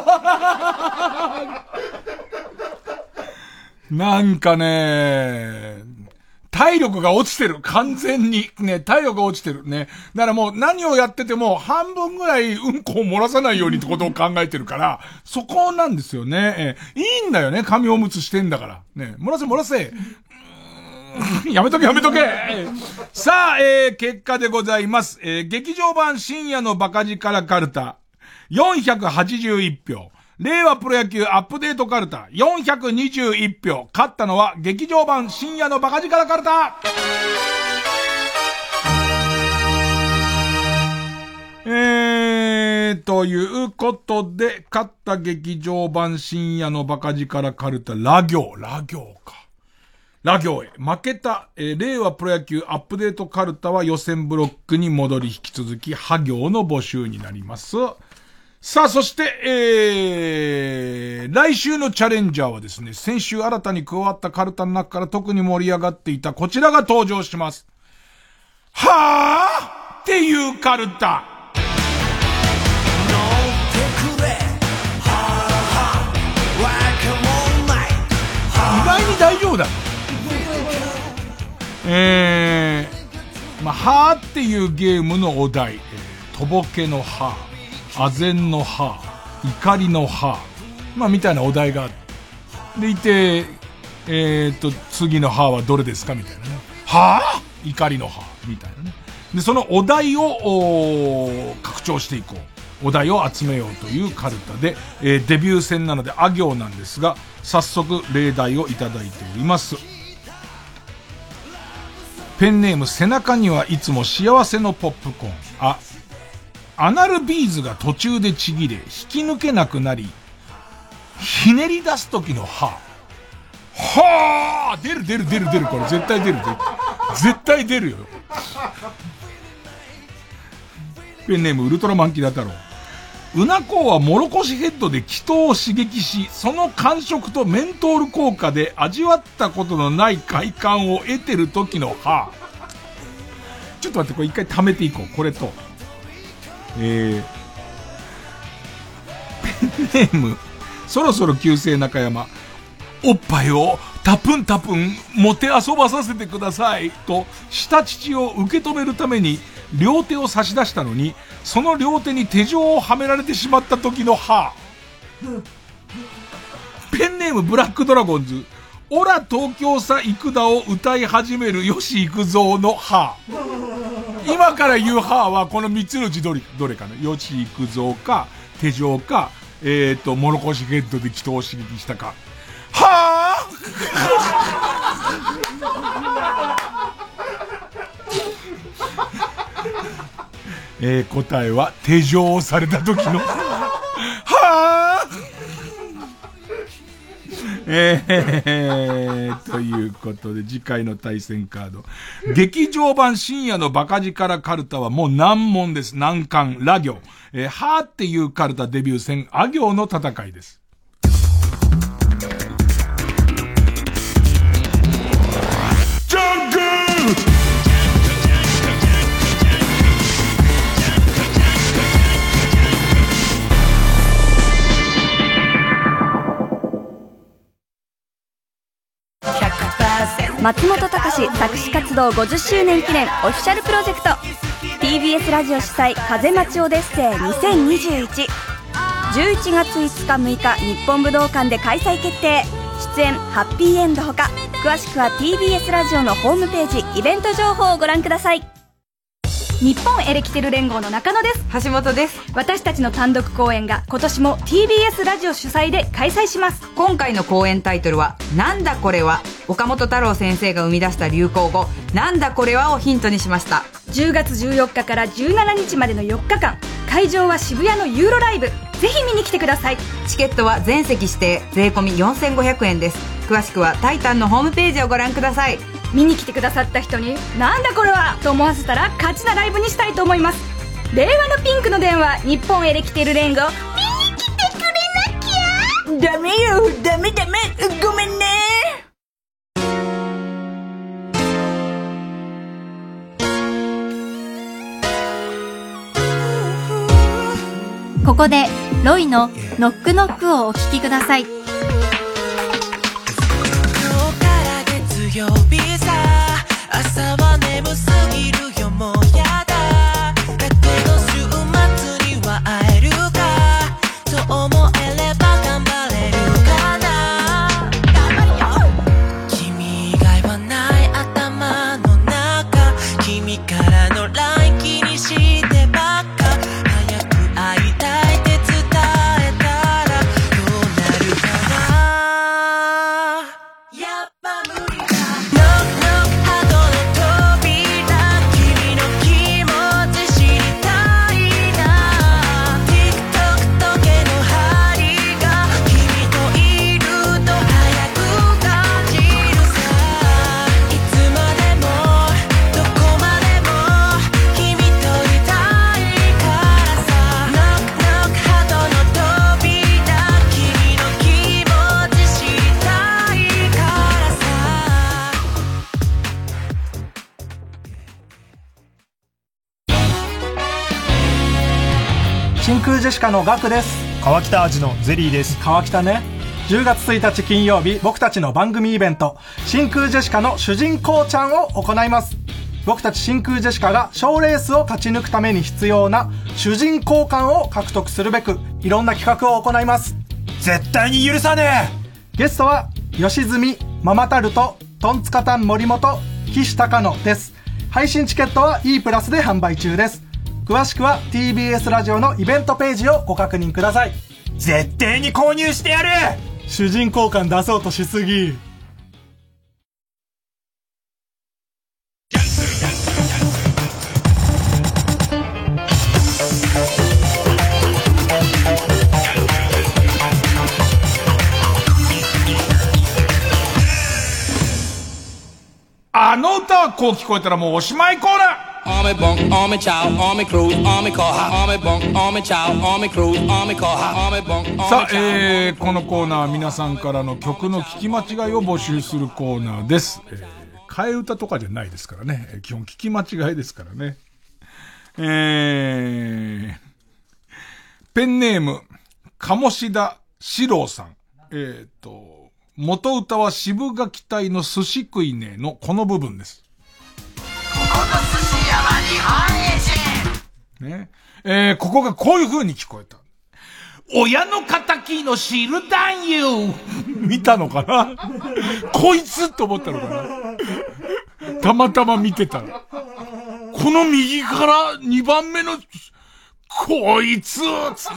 [SPEAKER 1] なんかね、体力が落ちてる。完全に。ね、体力が落ちてる。ね。だからもう何をやってても半分ぐらいうんこを漏らさないようにってことを考えてるから、そこなんですよね。いいんだよね。紙おむつしてんだから。ね。漏らせ漏らせ。やめとけやめとけさあ、結果でございます。劇場版深夜のバカ力カルタ、481票。令和プロ野球アップデートカルタ、421票。勝ったのは劇場版深夜のバカ力カルタ。ということで、勝った劇場版深夜のバカ力カルタ、ラ行か。ラ行へ。負けた、令和プロ野球アップデートカルタは予選ブロックに戻り引き続き、ハ行の募集になります。さあ、そして、来週のチャレンジャーはですね、先週新たに加わったカルタの中から特に盛り上がっていたこちらが登場します。はぁっていうカルタ。意外に大丈夫だ。はぁっていうゲームのお題、とぼけのはぁ、あぜんのはぁ、怒りのはぁ、みたいなお題があって。でいて、次のはぁはどれですかみたいなね。はぁ怒りのはぁみたいなね。で、そのお題を、拡張していこう。お題を集めようというカルタで、デビュー戦なのであ行なんですが、早速例題をいただいております。ペンネーム、背中にはいつも幸せのポップコーン。アナルビーズが途中でちぎれ、引き抜けなくなり、ひねり出す時のはぁ出る、これ絶対出る。絶対出るよ。ペンネーム、ウルトラマンキダ太郎。うなこはもろこしヘッドで気筒を刺激し、その感触とメントール効果で味わったことのない快感を得てる時のはちょっと待って、これ一回貯めていこう。これとペンネーム、そろそろ旧姓中山。おっぱいをタプンタプンもてあそばさせてくださいとした父を受け止めるために両手を差し出したのに、その両手に手錠をはめられてしまった時のはペンネーム、ブラックドラゴンズ。オラ東京さ幾田を歌い始める吉幾三のは今から言うははこの3つのうちどれかな。吉幾三か手錠かもろこしヘッドで気筒を刺激したか。はぁ答えは手錠をされた時のはぁということで、次回の対戦カード、劇場版深夜のバカ力カルタはもう難問です。難関ラ行、はぁっていうカルタデビュー戦あ行の戦いです。
[SPEAKER 9] 松本隆作詞活動50周年記念オフィシャルプロジェクト TBS ラジオ主催風待ちオデッセイ2021
[SPEAKER 18] 11月5日6日日本武道館で開催決定。出演ハッピーエンドほか、詳しくは TBS ラジオのホームページイベント情報をご覧ください。日本エレキテル連合の中野です。
[SPEAKER 13] 橋本です。
[SPEAKER 18] 私たちの単独公演が今年も TBS ラジオ主催で開催します。
[SPEAKER 13] 今回の公演タイトルはなんだこれは。岡本太郎先生が生み出した流行語なんだこれはをヒントにしました。
[SPEAKER 18] 10月14日から17日までの4日間、会場は渋谷のユーロライブ。ぜひ見に来てください。
[SPEAKER 13] チケットは全席指定、税込み4500円です。詳しくはタイタンのホームページをご覧ください。
[SPEAKER 18] 見に来てくださった人になんだこれはと思わせたら勝ちなライブにしたいと思います。令和のピンクの電話、日本エレキテル連合、見に来てくれなきゃ。ダメよ、ダメダメ、ごめんね。
[SPEAKER 3] ここでロイのノックノックをお聞きください。
[SPEAKER 2] 曜日さ、朝は眠すぎるよ、もうやだ。だけど週末には会えるか、そう思えれば頑張れるかな。頑張るよ。君以外はない頭の中、君からの LINE 気にしてばっか。早く会いたいって伝えたらどうなるかな。やっぱ無理。
[SPEAKER 19] 真空ジェシカのガクです。
[SPEAKER 20] 川北味のゼリーです。
[SPEAKER 19] 川北ね。10月1日金曜日、僕たちの番組イベント、真空ジェシカの主人公ちゃんを行います。僕たち真空ジェシカが賞レースを勝ち抜くために必要な主人公感を獲得するべく、いろんな企画を行います。
[SPEAKER 20] 絶対に許さね
[SPEAKER 19] え。ゲストは吉住、ママタルト、トンツカタン森本、岸高野です。配信チケットは E プラスで販売中です。詳しくは TBS ラジオのイベントページをご確認ください。
[SPEAKER 20] 絶対に購入してやる。
[SPEAKER 19] 主人公感出そうとしすぎ。
[SPEAKER 1] あの歌はこう聞こえたらもうおしまいコーナー。
[SPEAKER 2] Army bunk, army chow, army cruise, army car, army bunk, army chow, army cruise, army car, army bunk.
[SPEAKER 1] さあ、このコーナーは皆さんからの曲の聞き間違いを募集するコーナーです。替え歌とかじゃないですからね。基本聞き間違いですからね。ペンネーム、鴨志田史郎さん。元歌は渋垣隊の寿司食いねのこの部分です。ね。ここがこういう風に聞こえた。親の仇の汁男優見たのかなこいつと思ったのかなたまたま見てたら。この右から2番目の、こいつつ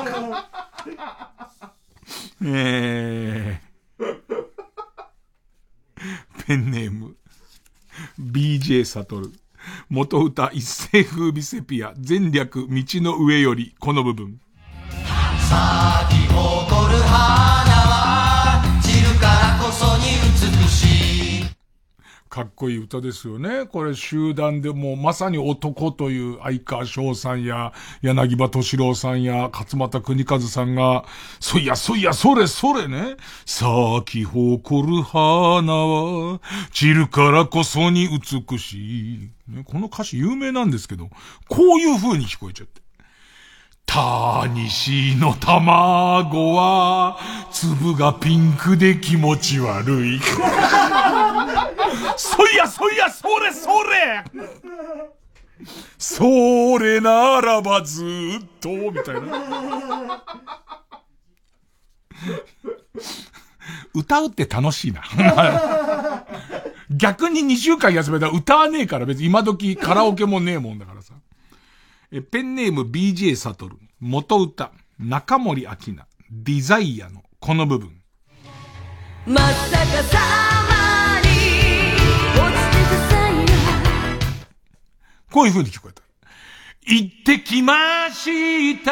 [SPEAKER 1] ペンネーム、BJ サトル。元歌一世風靡セピア全略道の上よりこの部分。
[SPEAKER 2] 咲き誇る花は散るからこそに美しい。
[SPEAKER 1] かっこいい歌ですよね。これ集団でもうまさに男という相川翔さんや柳葉敏郎さんや勝俣邦和さんが、それね。咲き誇る花は散るからこそに美しい。ね、この歌詞有名なんですけど、こういう風に聞こえちゃって。タニシの卵は粒がピンクで気持ち悪い。それそれならばずっとみたいな。 歌うって楽しいな。逆に2週間休めたら歌わねえから別に今時カラオケもねえもんだからさ。ペンネーム BJ サトル。元歌。中森明菜。ディザイアのこの部分。
[SPEAKER 2] まさかさまに落ちてた際は
[SPEAKER 1] こういう風に聞こえた。行ってきました。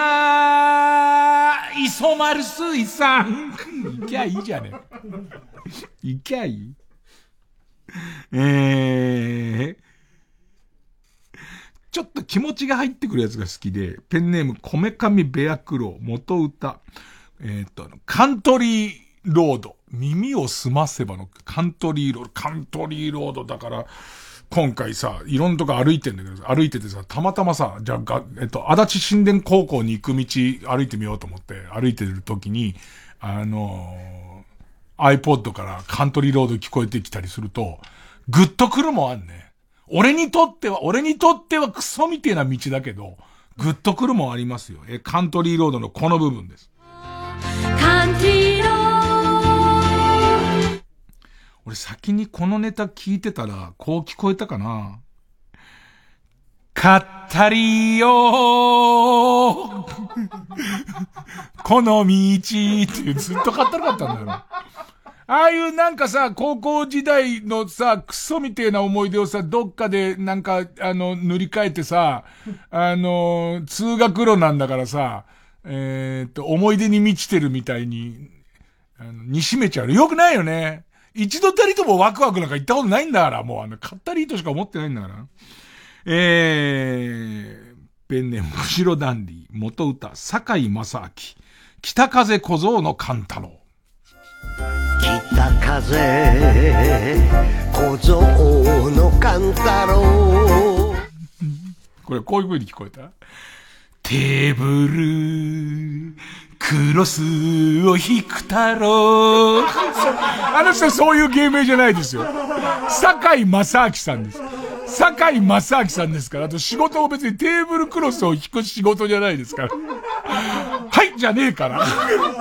[SPEAKER 1] 磯丸水産。行きゃいいじゃねえ。行きゃいい。ちょっと気持ちが入ってくるやつが好きで、ペンネームこめかみベアクロー元歌。カントリーロード。耳を澄ませばのカントリーロードだから、今回さ、いろんなとこ歩いてんだけど、歩いててさ、たまたまさ、じゃあ、足立新田高校に行く道歩いてみようと思って、歩いてる時に、iPod からカントリーロード聞こえてきたりすると、グッとくるもんあんね。俺にとってはクソみてえな道だけど、グッとくるもんありますよ。カントリーロードのこの部分です。
[SPEAKER 2] カントリーロード
[SPEAKER 1] 俺先にこのネタ聞いてたら、こう聞こえたかな。かったりよーこの道っていうずっとかったらかったんだよ。ああいうなんかさ、高校時代のさ、クソみてえな思い出をさ、どっかでなんか、塗り替えてさ、通学路なんだからさ、思い出に満ちてるみたいに、にしめちゃう。よくないよね。一度たりともワクワクなんか言ったことないんだから、もうかったりとしか思ってないんだから。ペンネーム、後ろダンディ、元歌、堺正明、北風小僧の勘太郎。
[SPEAKER 2] 北風小僧の勘太郎。
[SPEAKER 1] これこういう風に聞こえた？テーブル、クロスを引く太郎。あの人はそういう芸名じゃないですよ。堺正明さんです。堺正明さんですから。あと仕事も別にテーブルクロスを引く仕事じゃないですから。はいじゃねえから。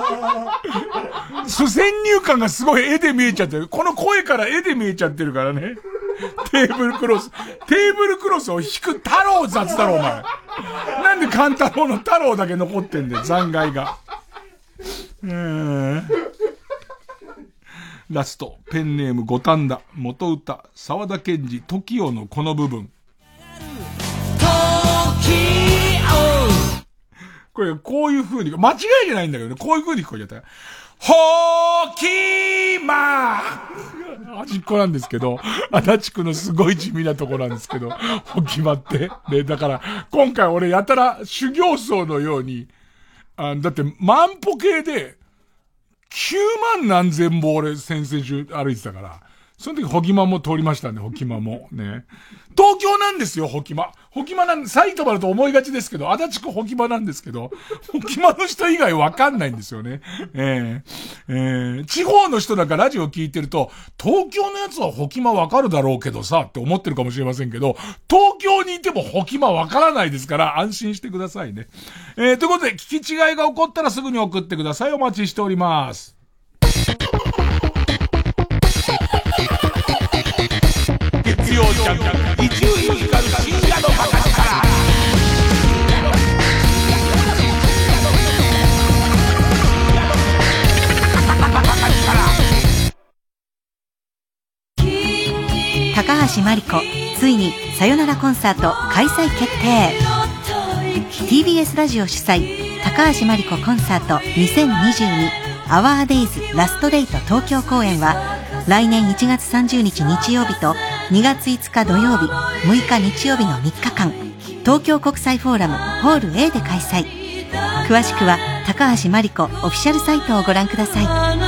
[SPEAKER 1] 先入観がすごい絵で見えちゃってる。この声から絵で見えちゃってるからね。テーブルクロスを引く太郎雑だろお前。なんで勘太郎の太郎だけ残ってんだよ、残骸が。ラスト、ペンネーム五反田、元歌、沢田研二、TOKIO のこの部分。これ、こういう風に、間違いじゃないんだけどね、こういう風に聞こえちゃったよ。ほーきーまー端っこなんですけど、足立区のすごい地味なとこなんですけど、ほきまって。で、だから、今回俺やたら修行僧のように、だって万歩計で、9万何千歩俺先々週歩いてたから、その時ホキマも通りましたね、ホキマも。ね。東京なんですよ、ホキマ。ホキマなん、埼玉だと思いがちですけど、足立区ホキマなんですけど、ホキマの人以外わかんないんですよね。地方の人なんかラジオ聞いてると、東京のやつはホキマわかるだろうけどさ、って思ってるかもしれませんけど、東京にいてもホキマわからないですから、安心してくださいね。ということで、聞き違いが起こったらすぐに送ってください。お待ちしております。月曜ジャンク一流ミュージカル深夜のバカ力。
[SPEAKER 21] 高橋真理子、ついにさよならコンサート開催決定。 TBS ラジオ主催高橋真理子コンサート2022アワーデイズラストデート東京公演は来年1月30日日曜日と2月5日土曜日6日日曜日の3日間、東京国際フォーラムホール A で開催。詳しくは高橋真理子オフィシャルサイトをご覧ください。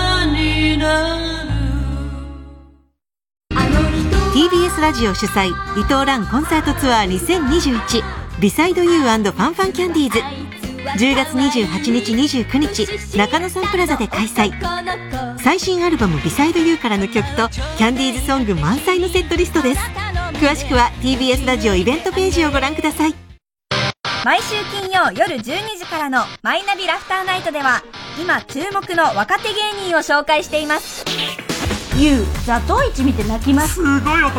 [SPEAKER 21] TBS ラジオ主催伊藤蘭コンサートツアー2021ビサイドユー&ファンファンキャンディーズ、10月28日29日中野サンプラザで開催。最新アルバムビサイドユーからの曲とキャンディーズソング満載のセットリストです。詳しくは TBS ラジオイベントページをご覧ください。
[SPEAKER 4] 毎週金曜夜12時からのマイナビラフターナイトでは今注目の若手芸人を紹介しています。
[SPEAKER 22] ユウ、ザトウイチ見て泣きます。
[SPEAKER 20] すごい大人。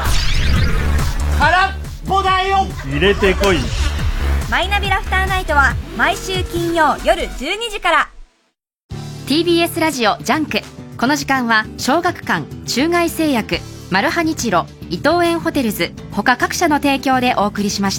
[SPEAKER 20] 空っぽだよ。入れてこい。
[SPEAKER 4] マイナビラフターナイトは毎週金曜夜12時から。
[SPEAKER 3] TBS ラジオジャンク。この時間は小学館、中外製薬、マルハニチロ、伊東園ホテルズ他各社の提供でお送りしました。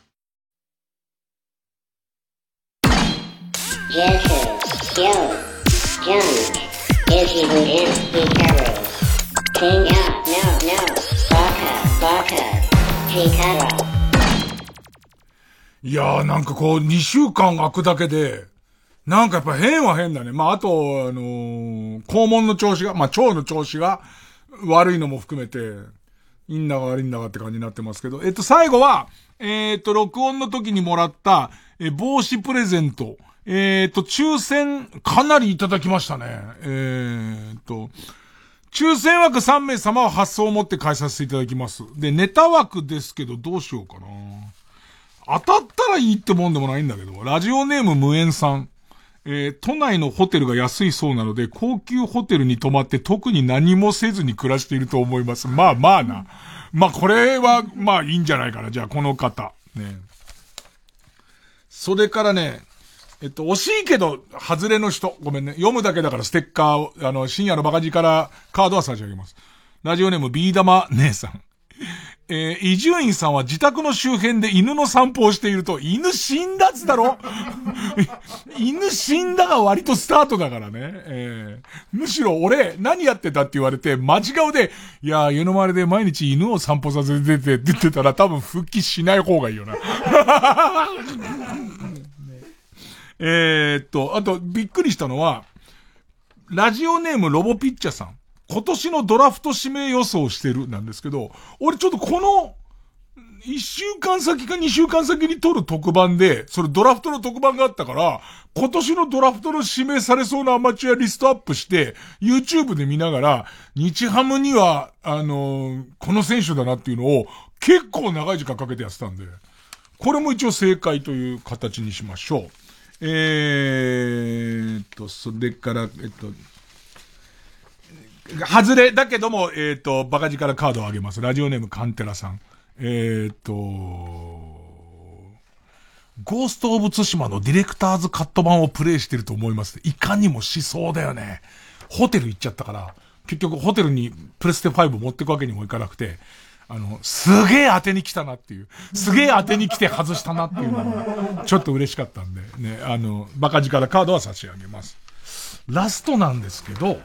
[SPEAKER 1] いやーなんかこう2週間空くだけでなんかやっぱ変は変だね。まああと肛門の調子が、まあ腸の調子が悪いのも含めていいんだか悪いんだかって感じになってますけど、最後は録音の時にもらった帽子プレゼント、抽選かなりいただきましたね。抽選枠3名様は発送を持って返させていただきます。で、ネタ枠ですけどどうしようかな。当たったらいいってもんでもないんだけど、ラジオネーム無縁さん。都内のホテルが安いそうなので、高級ホテルに泊まって特に何もせずに暮らしていると思います。まあまあな。まあこれは、まあいいんじゃないかな。じゃあこの方。ね。それからね、惜しいけど、外れの人。ごめんね。読むだけだからステッカーを、深夜のバカ力カードは差し上げます。ラジオネームビー玉姉さん。伊集院さんは自宅の周辺で犬の散歩をしていると、犬死んだっつだろ犬死んだが割とスタートだからね。むしろ俺、何やってたって言われて、マジ顔で、いや、家の周りで毎日犬を散歩させててって言ってたら多分復帰しない方がいいよな。あと、びっくりしたのは、ラジオネームロボピッチャさん。今年のドラフト指名予想してるなんですけど、俺ちょっとこの1週間先か2週間先に撮る特番で、それドラフトの特番があったから、今年のドラフトの指名されそうなアマチュアリストアップして、YouTube で見ながら、日ハムには、この選手だなっていうのを結構長い時間かけてやってたんで、これも一応正解という形にしましょう。それから、外れだけども、バカ力カードをあげます。ラジオネームカンテラさん。ゴーストオブツシマのディレクターズカット版をプレイしてると思います。いかにもしそうだよね。ホテル行っちゃったから、結局ホテルにプレステ5持ってくわけにもいかなくて、すげえ当てに来たなっていう、すげえ当てに来て外したなっていうのが、ちょっと嬉しかったんで、ね、バカ力カードは差し上げます。ラストなんですけど、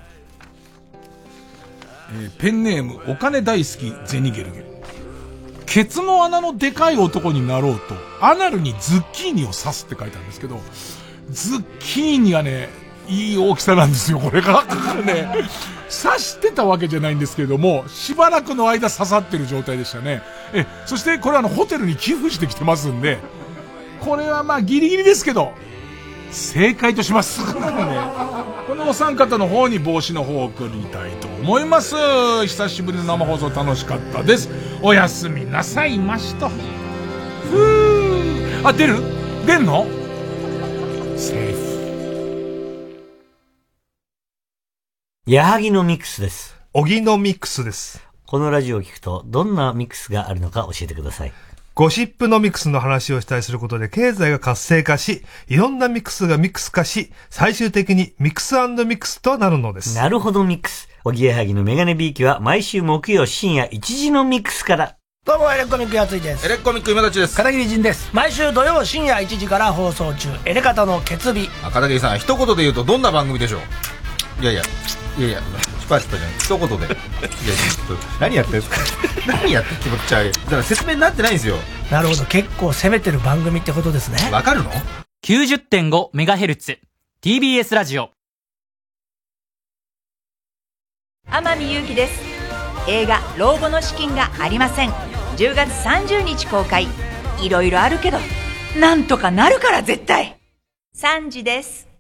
[SPEAKER 1] ペンネームお金大好きゼニゲルゲル。ケツの穴のでかい男になろうとアナルにズッキーニを刺すって書いてあるんですけど、ズッキーニはねいい大きさなんですよ。これがね刺してたわけじゃないんですけれども、しばらくの間刺さってる状態でしたね。そしてこれホテルに寄付してきてますんで、これはまあギリギリですけど正解としますね。このお三方の方に帽子の方を送りたいと思います。久しぶりの生放送楽しかったです。おやすみなさいました。出んのセーフ。
[SPEAKER 23] 矢作のミックスです。
[SPEAKER 24] 小木のミックスです。
[SPEAKER 23] このラジオを聞くとどんなミックスがあるのか教えてください。
[SPEAKER 24] ゴシップのミックスの話をしたりすることで経済が活性化し、いろんなミックスがミックス化し、最終的にミックス&ミックスとなるのです。
[SPEAKER 23] なるほどミックス。小木矢作のメガネビーキは毎週木曜深夜1時のミックスから。
[SPEAKER 25] どうもエレコミックやついです。
[SPEAKER 26] エレコミック今立ちです。
[SPEAKER 25] 片桐仁です。毎週土曜深夜1時から放送中、エレカタのケツビ。
[SPEAKER 26] 片桐さん一言で言うとどんな番組でしょう。いやチパチパじゃん一言で。いやちょっと何やってんすか何やって気持ち悪い。だから説明になってないんですよ。
[SPEAKER 25] なるほど、結構攻めてる番組ってことですね。
[SPEAKER 26] わかるの？
[SPEAKER 27] 90.5MHz TBS ラジオ。
[SPEAKER 13] 天海祐希です。映画老後の資金がありません。10月30日公開。いろいろあるけどなんとかなるから絶対。3時です。